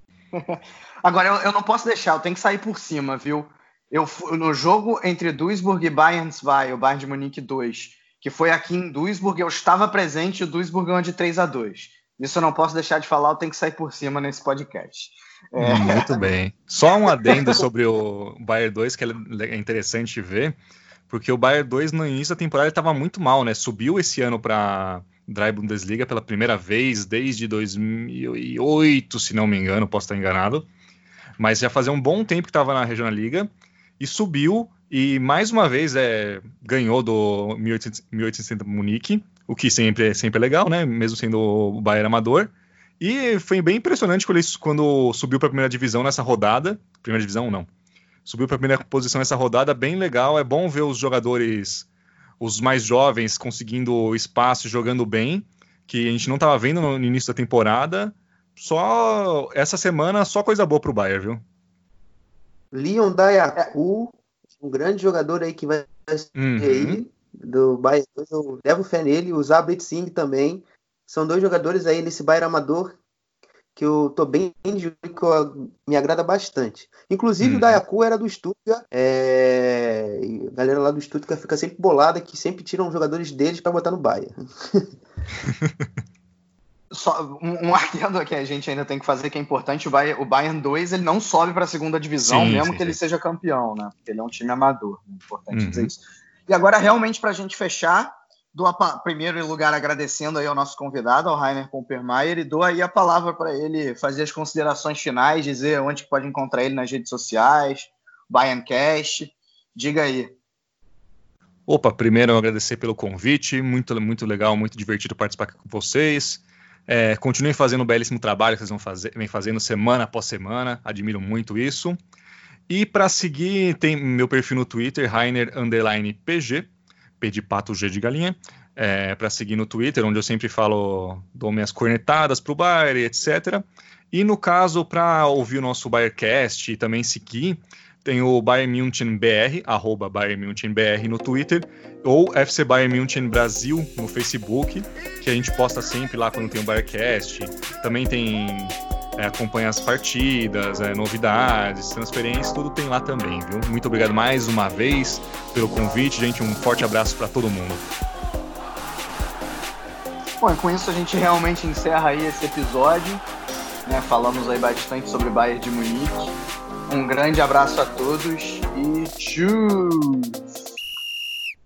S2: Agora, eu, eu não posso deixar, eu tenho que sair por cima, viu? Eu, no jogo entre Duisburg e Bayern zwei, o Bayern de Munique dois, que foi aqui em Duisburg, eu estava presente e o Duisburg ganhou de três a dois. Isso eu não posso deixar de falar, eu tenho que sair por cima nesse podcast.
S4: É... Muito bem. Só um adendo sobre o Bayern dois, que é interessante ver, porque o Bayern dois no início da temporada estava muito mal, né? Subiu esse ano para a Drei Bundesliga pela primeira vez desde dois mil e oito, se não me engano, posso estar enganado. Mas já fazia um bom tempo que estava na Regionalliga. E subiu, e mais uma vez é, ganhou do mil e oitocentos Munique, o que sempre, sempre é legal, né? Mesmo sendo o Bayern amador. E foi bem impressionante quando, ele, quando subiu para a primeira divisão nessa rodada. Primeira divisão, não. Subiu para a primeira posição nessa rodada, bem legal. É bom ver os jogadores, os mais jovens, conseguindo espaço, jogando bem, que a gente não estava vendo no início da temporada. Só essa semana, só coisa boa para o Bayern, viu?
S3: Leon Dayaku, um grande jogador aí que vai
S4: uhum.
S3: aí, do Bayern, eu levo fé nele, o Zabrit Singh também, são dois jogadores aí nesse Bayern amador que eu tô bem de que eu, me agrada bastante. Inclusive uhum. o Dayaku era do Stuttgart, é, a galera lá do Stuttgart fica sempre bolada que sempre tiram jogadores deles para botar no Bayern.
S2: Só um, um adendo que a gente ainda tem que fazer, que é importante, o Bayern, o Bayern dois ele não sobe para a segunda divisão, sim, mesmo sim, que sim. ele seja campeão, né? Porque ele é um time amador, é importante uhum. dizer isso. E agora, realmente, para a gente fechar, dou a, primeiro lugar agradecendo aí ao nosso convidado, ao Rainer Pompermayer, e dou aí a palavra para ele fazer as considerações finais, dizer onde pode encontrar ele nas redes sociais, Bayerncast, diga aí.
S4: Opa, primeiro eu agradecer pelo convite, muito, muito legal, muito divertido participar aqui com vocês. É, continuem fazendo o belíssimo trabalho que vocês vão fazer, vem fazendo semana após semana, admiro muito isso. E para seguir, tem meu perfil no Twitter, Rainer underline P G, P de pato, G de galinha, é, para seguir no Twitter, onde eu sempre falo, dou minhas cornetadas pro Bayer, etcétera. E no caso, para ouvir o nosso Bayercast e também seguir, tem o Bayern München B R, arroba Bayern München B R no Twitter, ou F C Bayern München Brasil no Facebook, que a gente posta sempre lá quando tem o Bayercast. Também tem, é, acompanha as partidas, é, novidades, transferências, tudo tem lá também, viu? Muito obrigado mais uma vez pelo convite, gente, um forte abraço para todo mundo.
S2: Bom, e com isso a gente realmente encerra aí esse episódio, né? Falamos aí bastante sobre Bayern de Munique. Um grande abraço a todos e tchau!